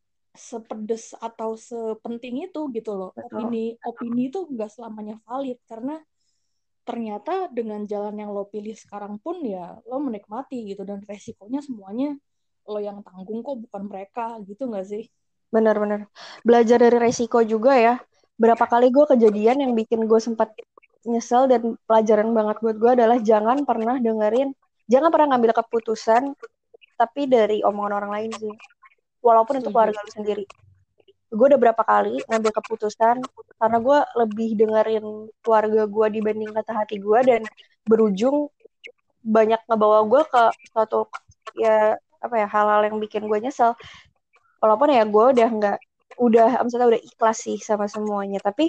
sepedes atau sepenting itu gitu loh. Betul. Opini opini itu nggak selamanya valid karena ternyata dengan jalan yang lo pilih sekarang pun ya lo menikmati gitu dan resikonya semuanya lo yang tanggung kok bukan mereka gitu nggak sih? Benar-benar. Belajar dari resiko juga ya. Berapa kali gue kejadian yang bikin gue sempat nyesel dan pelajaran banget buat gue adalah jangan pernah dengerin, jangan pernah ngambil keputusan tapi dari omongan orang lain sih. Walaupun itu Setuju. keluarga lu sendiri. Gue udah berapa kali ngambil keputusan karena gue lebih dengerin keluarga gue dibanding kata hati gue dan berujung banyak ngebawa gue ke suatu ya apa ya hal-hal yang bikin gue nyesel. Walaupun ya gue udah nggak udah misalnya udah ikhlas sih sama semuanya tapi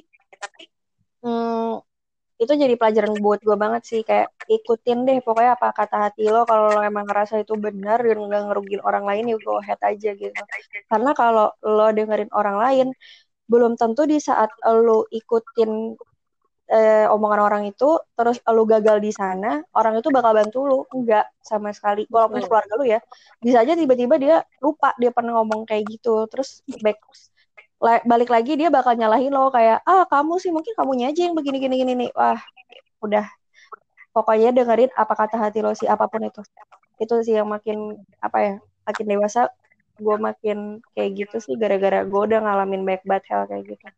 hmm, itu jadi pelajaran buat gue banget sih kayak ikutin deh pokoknya apa kata hati lo kalau lo emang ngerasa itu benar dan nggak ngerugiin orang lain ya go ahead aja gitu karena kalau lo dengerin orang lain belum tentu di saat lo ikutin eh, omongan orang itu terus lo gagal di sana orang itu bakal bantu lo enggak sama sekali walaupun itu Betul. keluarga lo ya bisa aja tiba-tiba dia lupa dia pernah ngomong kayak gitu terus back la- balik lagi dia bakal nyalahin lo kayak ah kamu sih mungkin kamunya aja yang begini gini gini nih wah udah pokoknya dengerin apa kata hati lo sih apapun itu itu sih yang makin apa ya makin dewasa gue makin kayak gitu sih gara-gara gue udah ngalamin banyak bad hell kayak gitu.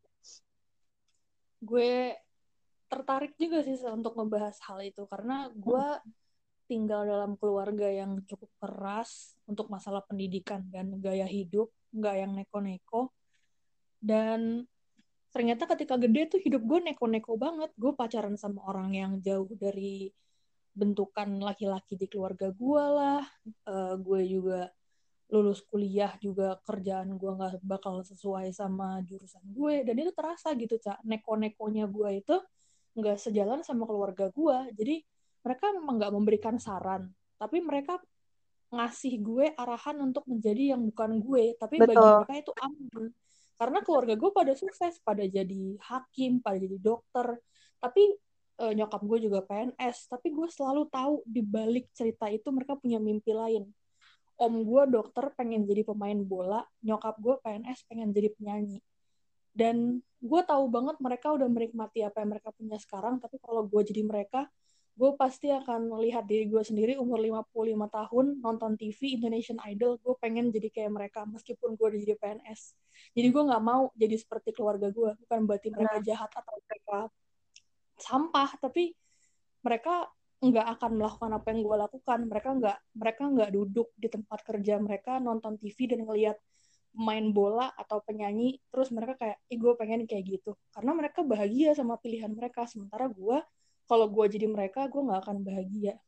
Gue tertarik juga sih untuk membahas hal itu karena gue tinggal dalam keluarga yang cukup keras untuk masalah pendidikan dan gaya hidup, nggak yang neko-neko. Dan ternyata ketika gede tuh hidup gue neko-neko banget. Gue pacaran sama orang yang jauh dari bentukan laki-laki di keluarga gue lah. Uh, gue juga lulus kuliah juga kerjaan gue nggak bakal sesuai sama jurusan gue. Dan itu terasa gitu, Cak. Neko-nekonya gue itu nggak sejalan sama keluarga gue. Jadi mereka memang nggak memberikan saran. Tapi mereka ngasih gue arahan untuk menjadi yang bukan gue, tapi bagi Betul. mereka itu aman. Karena keluarga gue pada sukses, pada jadi hakim, pada jadi dokter. Tapi eh, nyokap gue juga P N S, tapi gue selalu tahu di balik cerita itu mereka punya mimpi lain. Om gue dokter pengen jadi pemain bola, nyokap gue P N S pengen jadi penyanyi. Dan gue tahu banget mereka udah menikmati apa yang mereka punya sekarang, tapi kalau gue jadi mereka, gue pasti akan melihat diri gue sendiri umur lima puluh lima tahun, nonton T V, Indonesian Idol, gue pengen jadi kayak mereka, meskipun gue udah jadi P N S. Jadi gue gak mau jadi seperti keluarga gue, bukan berarti mereka Benar. jahat atau mereka sampah, tapi mereka nggak akan melakukan apa yang gue lakukan. Mereka nggak mereka nggak duduk di tempat kerja mereka nonton T V dan ngelihat pemain bola atau penyanyi terus mereka kayak ih gue pengen kayak gitu karena mereka bahagia sama pilihan mereka, sementara gue kalau gue jadi mereka gue nggak akan bahagia.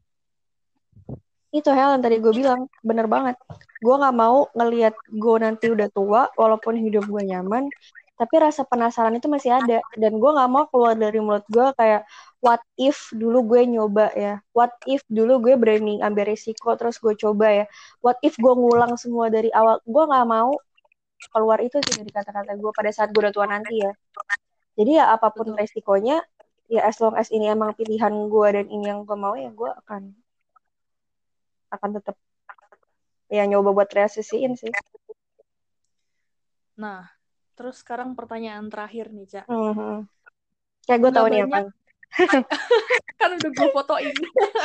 Itu hal yang tadi gue bilang, bener banget. Gue gak mau ngelihat gue nanti udah tua, walaupun hidup gue nyaman, tapi rasa penasaran itu masih ada. Dan gue gak mau keluar dari mulut gue kayak, what if dulu gue nyoba ya? What if dulu gue berani ambil risiko, terus gue coba ya? What if gue ngulang semua dari awal? Gue gak mau keluar itu sih dari kata-kata gue pada saat gue udah tua nanti ya. Jadi ya apapun Betul. resikonya, ya as long as ini emang pilihan gue dan ini yang gue mau, ya gue akan akan tetap ya nyoba buat realisasiin sih. Nah, terus sekarang pertanyaan terakhir nih, Cak. Mm-hmm. Kayak gue tahu Nggak nih apa. banyak, kan udah gue fotoin.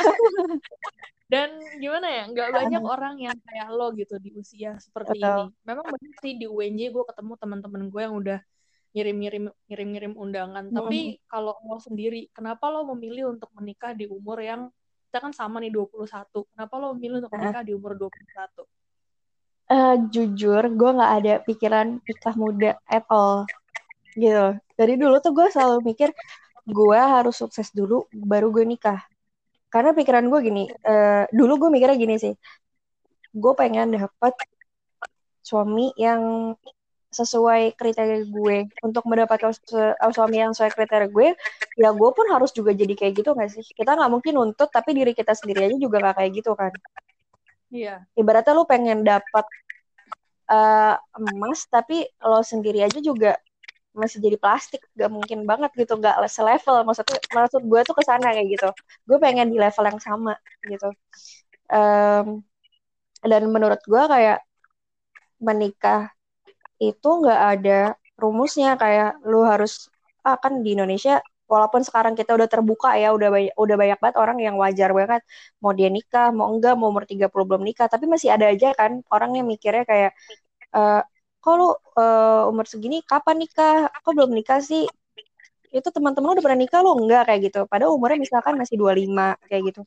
Dan gimana ya, nggak banyak orang yang kayak lo gitu di usia seperti ini. Betul. Memang banyak sih di U N J gue ketemu teman-teman gue yang udah ngirim-ngirim ngirim-ngirim undangan. Tapi Mm-hmm. kalau lo sendiri, kenapa lo memilih untuk menikah di umur yang kita kan sama nih dua puluh satu. Kenapa lo memilih untuk Nah, menikah di umur dua puluh satu? uh, jujur gue nggak ada pikiran nikah muda at all gitu. Dari dulu tuh gue selalu mikir gue harus sukses dulu baru gue nikah. Karena pikiran gue gini, uh, dulu gue mikirnya gini sih, gue pengen dapet suami yang sesuai kriteria gue. Untuk mendapatkan su- suami yang sesuai kriteria gue, ya gue pun harus juga jadi kayak gitu gak sih? Kita nggak mungkin nuntut, tapi diri kita sendiri aja juga gak kayak gitu kan. Iya, Ibaratnya lu pengen dapat uh, emas, tapi lo sendiri aja juga masih jadi plastik, gak mungkin banget gitu, gak selevel. Maksudnya, maksud gue tuh kesana kayak gitu. Gue pengen di level yang sama gitu. Um, dan menurut gue kayak menikah itu nggak ada rumusnya kayak lu harus ah kan di Indonesia walaupun sekarang kita udah terbuka ya udah banyak udah banyak banget orang yang wajar banget mau dia nikah mau enggak mau umur tiga puluh belum nikah tapi masih ada aja kan orang yang mikirnya kayak eh kok lu eh, umur segini kapan nikah kok belum nikah sih itu teman-teman lu udah pernah nikah lu enggak kayak gitu padahal umurnya misalkan masih dua puluh lima kayak gitu.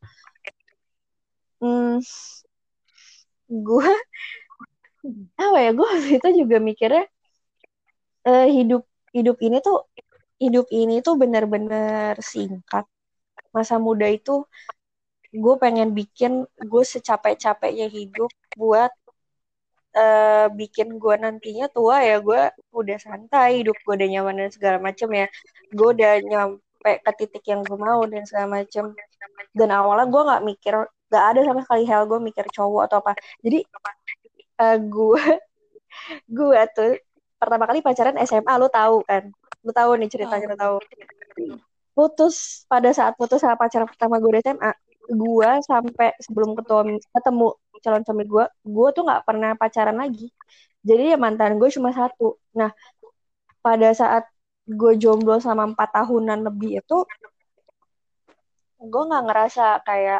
hmm, gue apa ya gue waktu itu juga mikirnya eh, hidup hidup ini tuh hidup ini tuh benar-benar singkat. Masa muda itu gue pengen bikin gue secapek-capeknya hidup buat eh, bikin gue nantinya tua ya gue udah santai, hidup gue udah nyaman dan segala macem ya. Gue udah nyampe ke titik yang gue mau dan segala macem. Dan awalnya gue nggak mikir, nggak ada sama sekali hal gue mikir cowok atau apa. Jadi eh, gue gue tuh pertama kali pacaran S M A lu tahu kan? Lu tahu nih ceritanya lu tahu. tahu. Putus pada saat putus sama pacar pertama gue di S M A gue sampai sebelum ketemu ketemu calon suami gue gue tuh nggak pernah pacaran lagi jadi ya mantan gue cuma satu. Nah pada saat gue jomblo sama empat tahunan lebih itu gue nggak ngerasa kayak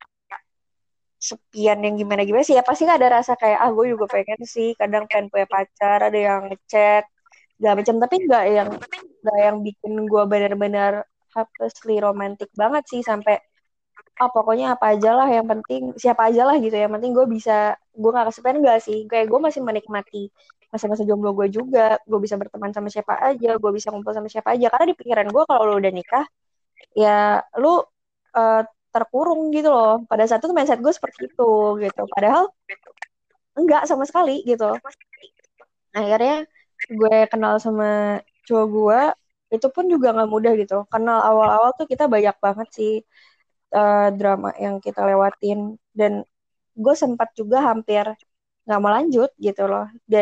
sepian yang gimana gimana sih ya pasti ada rasa kayak ah gue juga pengen sih kadang pengen punya pacar ada yang ngechat gak macam tapi nggak yang nggak yang bikin gue benar-benar hopelessly romantic banget sih sampai ah pokoknya apa aja lah yang penting siapa aja lah gitu ya yang penting gue bisa gue gak kesepian gak sih kayak gue masih menikmati masa-masa jomblo gue juga gue bisa berteman sama siapa aja gue bisa ngumpul sama siapa aja karena di pikiran gue kalau lu udah nikah ya lu eh, terkurung gitu loh pada saat itu mindset gue seperti itu gitu padahal enggak sama sekali gitu akhirnya gue kenal sama cowok gue itu pun juga nggak mudah gitu kenal awal-awal tuh kita banyak banget sih eh, drama yang kita lewatin dan gue sempat juga hampir nggak mau lanjut gitu loh dan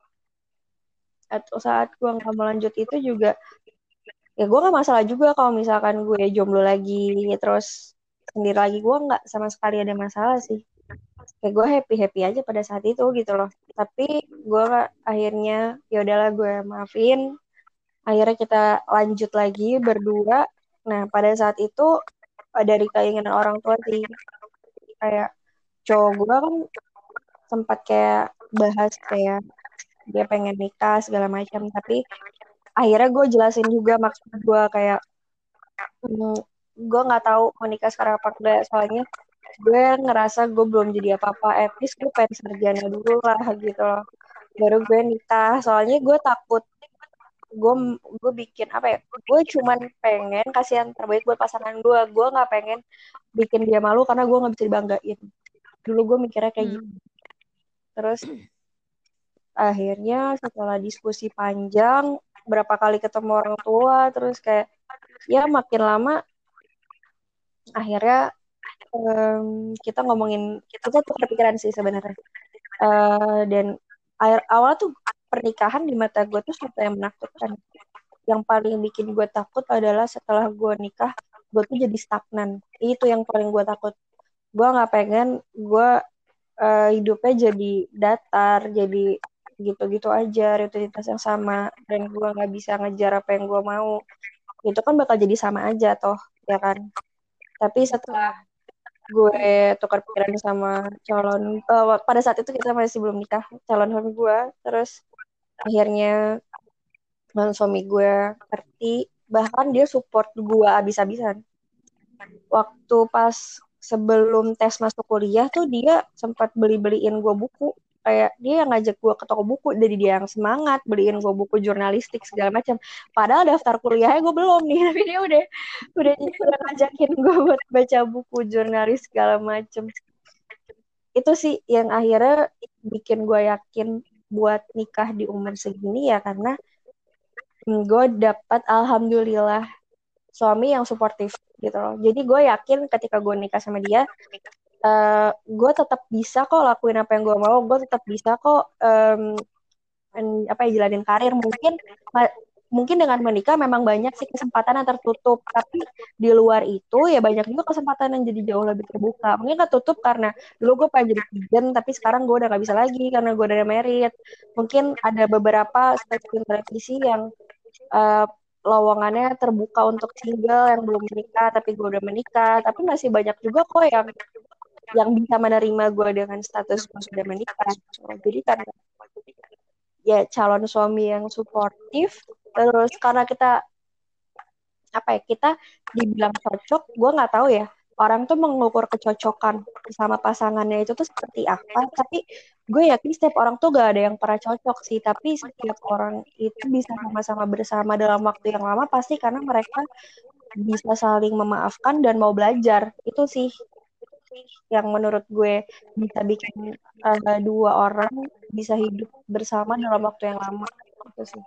atau saat gue nggak mau lanjut itu juga ya gue nggak masalah juga kalau misalkan gue jomblo lagi terus sendiri lagi gue nggak sama sekali ada masalah sih kayak gue happy happy aja pada saat itu gitu loh tapi gue akhirnya ya udahlah gue maafin akhirnya kita lanjut lagi berdua nah pada saat itu eh, dari keinginan orang tua sih kayak cowok gue kan sempat kayak bahas kayak dia pengen nikah segala macam tapi akhirnya gue jelasin juga maksud gue kayak hmm, gue nggak tahu mau nikah sekarang apa enggak soalnya gue ngerasa gue belum jadi apa-apa at least gue pengen sarjana dulu lah gitu loh baru gue nikah. Soalnya gue takut gue gue bikin apa ya? Gue cuman pengen kasih yang terbaik buat pasangan gue. Gue nggak pengen bikin dia malu karena gue nggak bisa dibanggain. Dulu gue mikirnya kayak gitu. Hmm. Terus akhirnya setelah diskusi panjang, berapa kali ketemu orang tua, terus kayak ya makin lama akhirnya em, kita ngomongin, kita tuh kepikiran sih sebenarnya. Eh, dan air awal tuh pernikahan di mata gue tuh sesuatu yang menakutkan. Yang paling bikin gue takut adalah setelah gue nikah, gue tuh jadi stagnan. Itu yang paling gue takut. Gue nggak pengen gue eh, hidupnya jadi datar, jadi gitu-gitu aja, rutinitas yang sama, dan gue nggak bisa ngejar apa yang gue mau. Itu kan bakal jadi sama aja toh, ya kan? Tapi setelah Betul. gue tukar pikiran sama calon, eh, pada saat itu kita masih belum nikah, calon suami gue, terus akhirnya calon suami gue ngerti, bahkan dia support gue abis-abisan. Waktu pas sebelum tes masuk kuliah tuh dia sempat beli-beliin gue buku, kayak dia yang ngajak gue ke toko buku, dari dia yang semangat beliin gue buku jurnalistik segala macam, padahal daftar kuliahnya gue belum nih tapi dia udah udah udah ngajakin gue buat baca buku jurnalis segala macam. Itu sih yang akhirnya bikin gue yakin buat nikah di umur segini, ya karena gue dapat alhamdulillah suami yang suportif gitu loh. Jadi gue yakin ketika gue nikah sama dia, uh, gue tetap bisa kok lakuin apa yang gue mau. Gue tetap bisa kok um, apa ya, jalanin karir. Mungkin mungkin dengan menikah memang banyak sih kesempatan yang tertutup, tapi di luar itu ya banyak juga kesempatan yang jadi jauh lebih terbuka. Mungkin ketutup karena dulu gue pengen jadi pigeon, tapi sekarang gue udah gak bisa lagi karena gue udah married. Mungkin ada beberapa stasiun televisi yang uh, lowongannya terbuka untuk single yang belum menikah, tapi gue udah menikah. Tapi masih banyak juga kok yang yang bisa menerima gue dengan status gue sudah menikah. Jadi karena ya calon suami yang suportif, terus karena kita apa ya, kita dibilang cocok, gue nggak tahu ya, orang tuh mengukur kecocokan sama pasangannya itu tuh seperti apa, tapi gue yakin setiap orang tuh gak ada yang pernah cocok sih, tapi setiap orang itu bisa sama-sama bersama dalam waktu yang lama pasti karena mereka bisa saling memaafkan dan mau belajar. Itu sih yang menurut gue bisa bikin uh, dua orang bisa hidup bersama dalam waktu yang lama. Itu sih.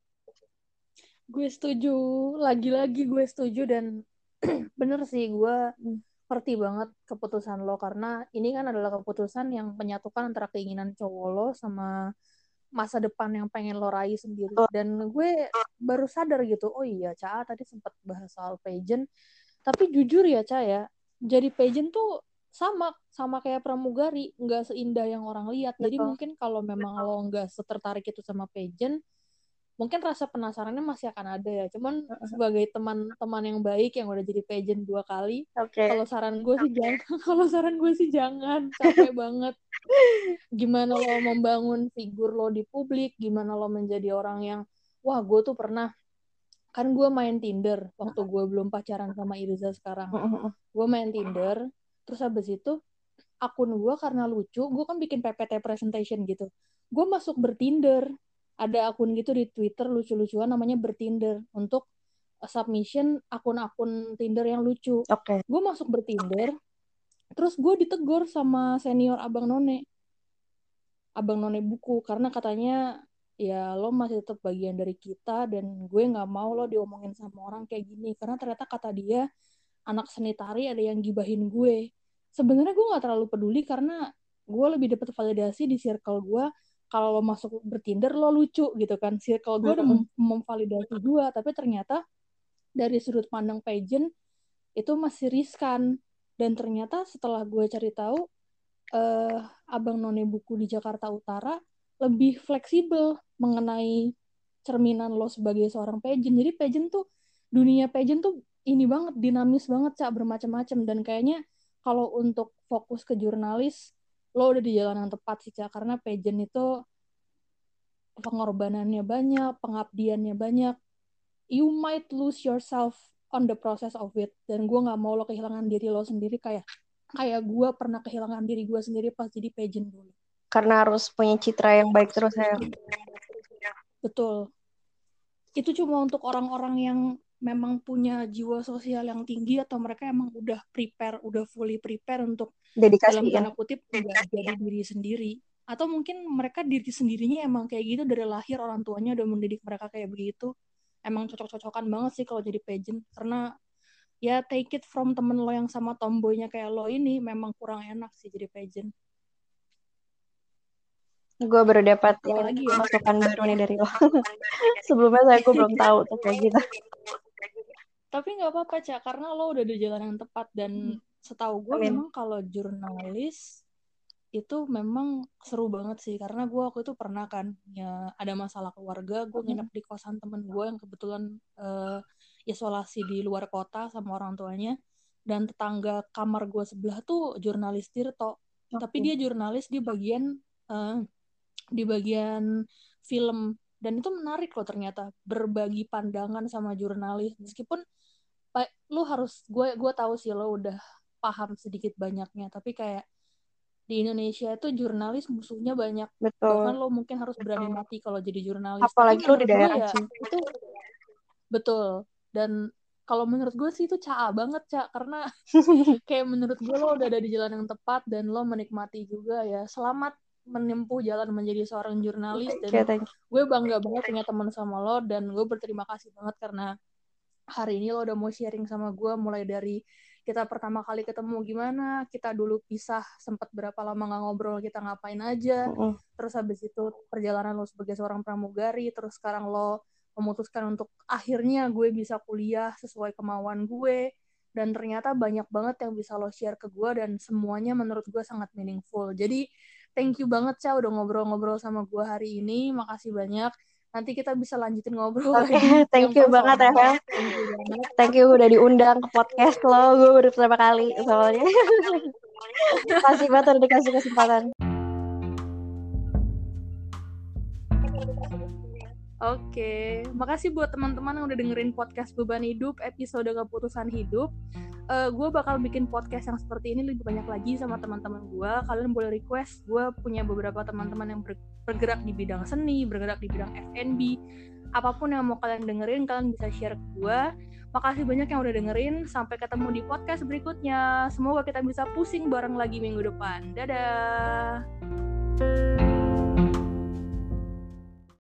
Gue setuju, lagi-lagi gue setuju dan bener sih gue Hmm. ngerti banget keputusan lo karena ini kan adalah keputusan yang menyatukan antara keinginan cowok lo sama masa depan yang pengen lo raih sendiri. Dan gue baru sadar gitu, oh iya Ca tadi sempat bahas soal pageant, tapi jujur ya Ca ya, jadi pageant tuh sama sama kayak pramugari, nggak seindah yang orang lihat. Jadi Betul. mungkin kalau memang lo nggak setertarik itu sama pageant, mungkin rasa penasarannya masih akan ada ya. Cuman sebagai teman-teman yang baik yang udah jadi pageant dua kali, Oke. kalau saran gue sih jangan, kalau saran gue sih jangan, capek banget. Gimana lo membangun figur lo di publik, gimana lo menjadi orang yang, wah gue tuh pernah, kan gue main Tinder waktu gue belum pacaran sama Iriza sekarang. Gue main Tinder, terus habis itu akun gue karena lucu, gue kan bikin P P T presentation gitu. Gue masuk bertinder, ada akun gitu di Twitter lucu-lucuan namanya bertinder untuk submission akun-akun Tinder yang lucu. Oke. Gue masuk bertinder, terus gue ditegur sama senior Abang None, Abang None buku, karena katanya ya lo masih tetap bagian dari kita dan gue nggak mau lo diomongin sama orang kayak gini karena ternyata kata dia anak seni tari ada yang gibahin gue. Sebenarnya gue nggak terlalu peduli karena gue lebih dapat validasi di circle gue. Kalau lo masuk bertinder lo lucu gitu kan, circle gue udah mem- memvalidasi gue, tapi ternyata dari sudut pandang pageant itu masih riskan. Dan ternyata setelah gue cari tahu, eh, Abang None Buku di Jakarta Utara lebih fleksibel mengenai cerminan lo sebagai seorang pageant. Jadi pageant tuh, dunia pageant tuh ini banget, dinamis banget, Cak, bermacam-macam. Dan kayaknya kalau untuk fokus ke jurnalis, lo udah di jalan yang tepat sih, Cak. Karena pageant itu pengorbanannya banyak, pengabdiannya banyak. You might lose yourself on the process of it. Dan gue gak mau lo kehilangan diri lo sendiri kayak kayak gue pernah kehilangan diri gue sendiri pas jadi pageant dulu. karena harus punya citra yang baik terus ya. Betul. Itu cuma untuk orang-orang yang memang punya jiwa sosial yang tinggi atau mereka emang udah prepare, udah fully prepare untuk Dedikasi dalam ya. tanda kutip nggak jadi diri sendiri. Atau mungkin mereka diri sendirinya emang kayak gitu dari lahir, orang tuanya udah mendidik mereka kayak begitu. Emang cocok-cocokan banget sih kalau jadi pageant. Karena ya take it from temen lo yang sama tomboynya kayak lo ini, memang kurang enak sih jadi pageant. Gue baru dapat Apalagi ya? masukan baru nih dari lo. Sebelumnya saya gue belum tahu tuh kayak gitu. Tapi nggak apa-apa, Cak, karena lo udah di jalan yang tepat. Dan setahu gue Amin. memang kalau jurnalis itu memang seru banget sih. Karena gue waktu itu pernah kan, ya ada masalah keluarga, gue nginep di kosan temen gue yang kebetulan uh, isolasi di luar kota sama orang tuanya. Dan tetangga kamar gue sebelah tuh jurnalis Tirto. Okay. Tapi dia jurnalis di bagian uh, di bagian film. Dan itu menarik loh ternyata, berbagi pandangan sama jurnalis. Meskipun lu harus, gue gue tahu sih lo udah paham sedikit banyaknya, tapi kayak di Indonesia itu jurnalis musuhnya banyak. Betul. Bahkan lo mungkin harus berani mati kalau jadi jurnalis. Apalagi tapi lo di daerah ya, sih. Itu betul. Dan kalau menurut gue sih itu caa banget, Cak, karena kayak menurut gue lo udah ada di jalan yang tepat dan lo menikmati juga ya. Selamat menempuh jalan menjadi seorang jurnalis. Dan Okay, gue bangga banget punya teman sama lo, dan gue berterima kasih banget karena hari ini lo udah mau sharing sama gue, mulai dari kita pertama kali ketemu gimana, kita dulu pisah sempat berapa lama gak ngobrol, kita ngapain aja, uh-uh. terus habis itu perjalanan lo sebagai seorang pramugari, terus sekarang lo memutuskan untuk akhirnya gue bisa kuliah sesuai kemauan gue, dan ternyata banyak banget yang bisa lo share ke gue, dan semuanya menurut gue sangat meaningful. Jadi thank you banget, Ca, udah ngobrol-ngobrol sama gue hari ini. Makasih banyak. Nanti kita bisa lanjutin ngobrol okay, lagi. Thank you banget ya, Fel. Thank you banget. Thank you udah diundang ke podcast lo. Gue baru pertama kali soalnya. Makasih banget udah dikasih kesempatan. Oke, makasih buat teman-teman yang udah dengerin podcast Beban Hidup episode Keputusan Hidup. Uh, gue bakal bikin podcast yang seperti ini lebih banyak lagi sama teman-teman gue. Kalian boleh request, gue punya beberapa teman-teman yang bergerak di bidang seni, bergerak di bidang F and B. Apapun yang mau kalian dengerin, kalian bisa share ke gue. Makasih banyak yang udah dengerin. Sampai ketemu di podcast berikutnya. Semoga kita bisa pusing bareng lagi minggu depan. Dadah!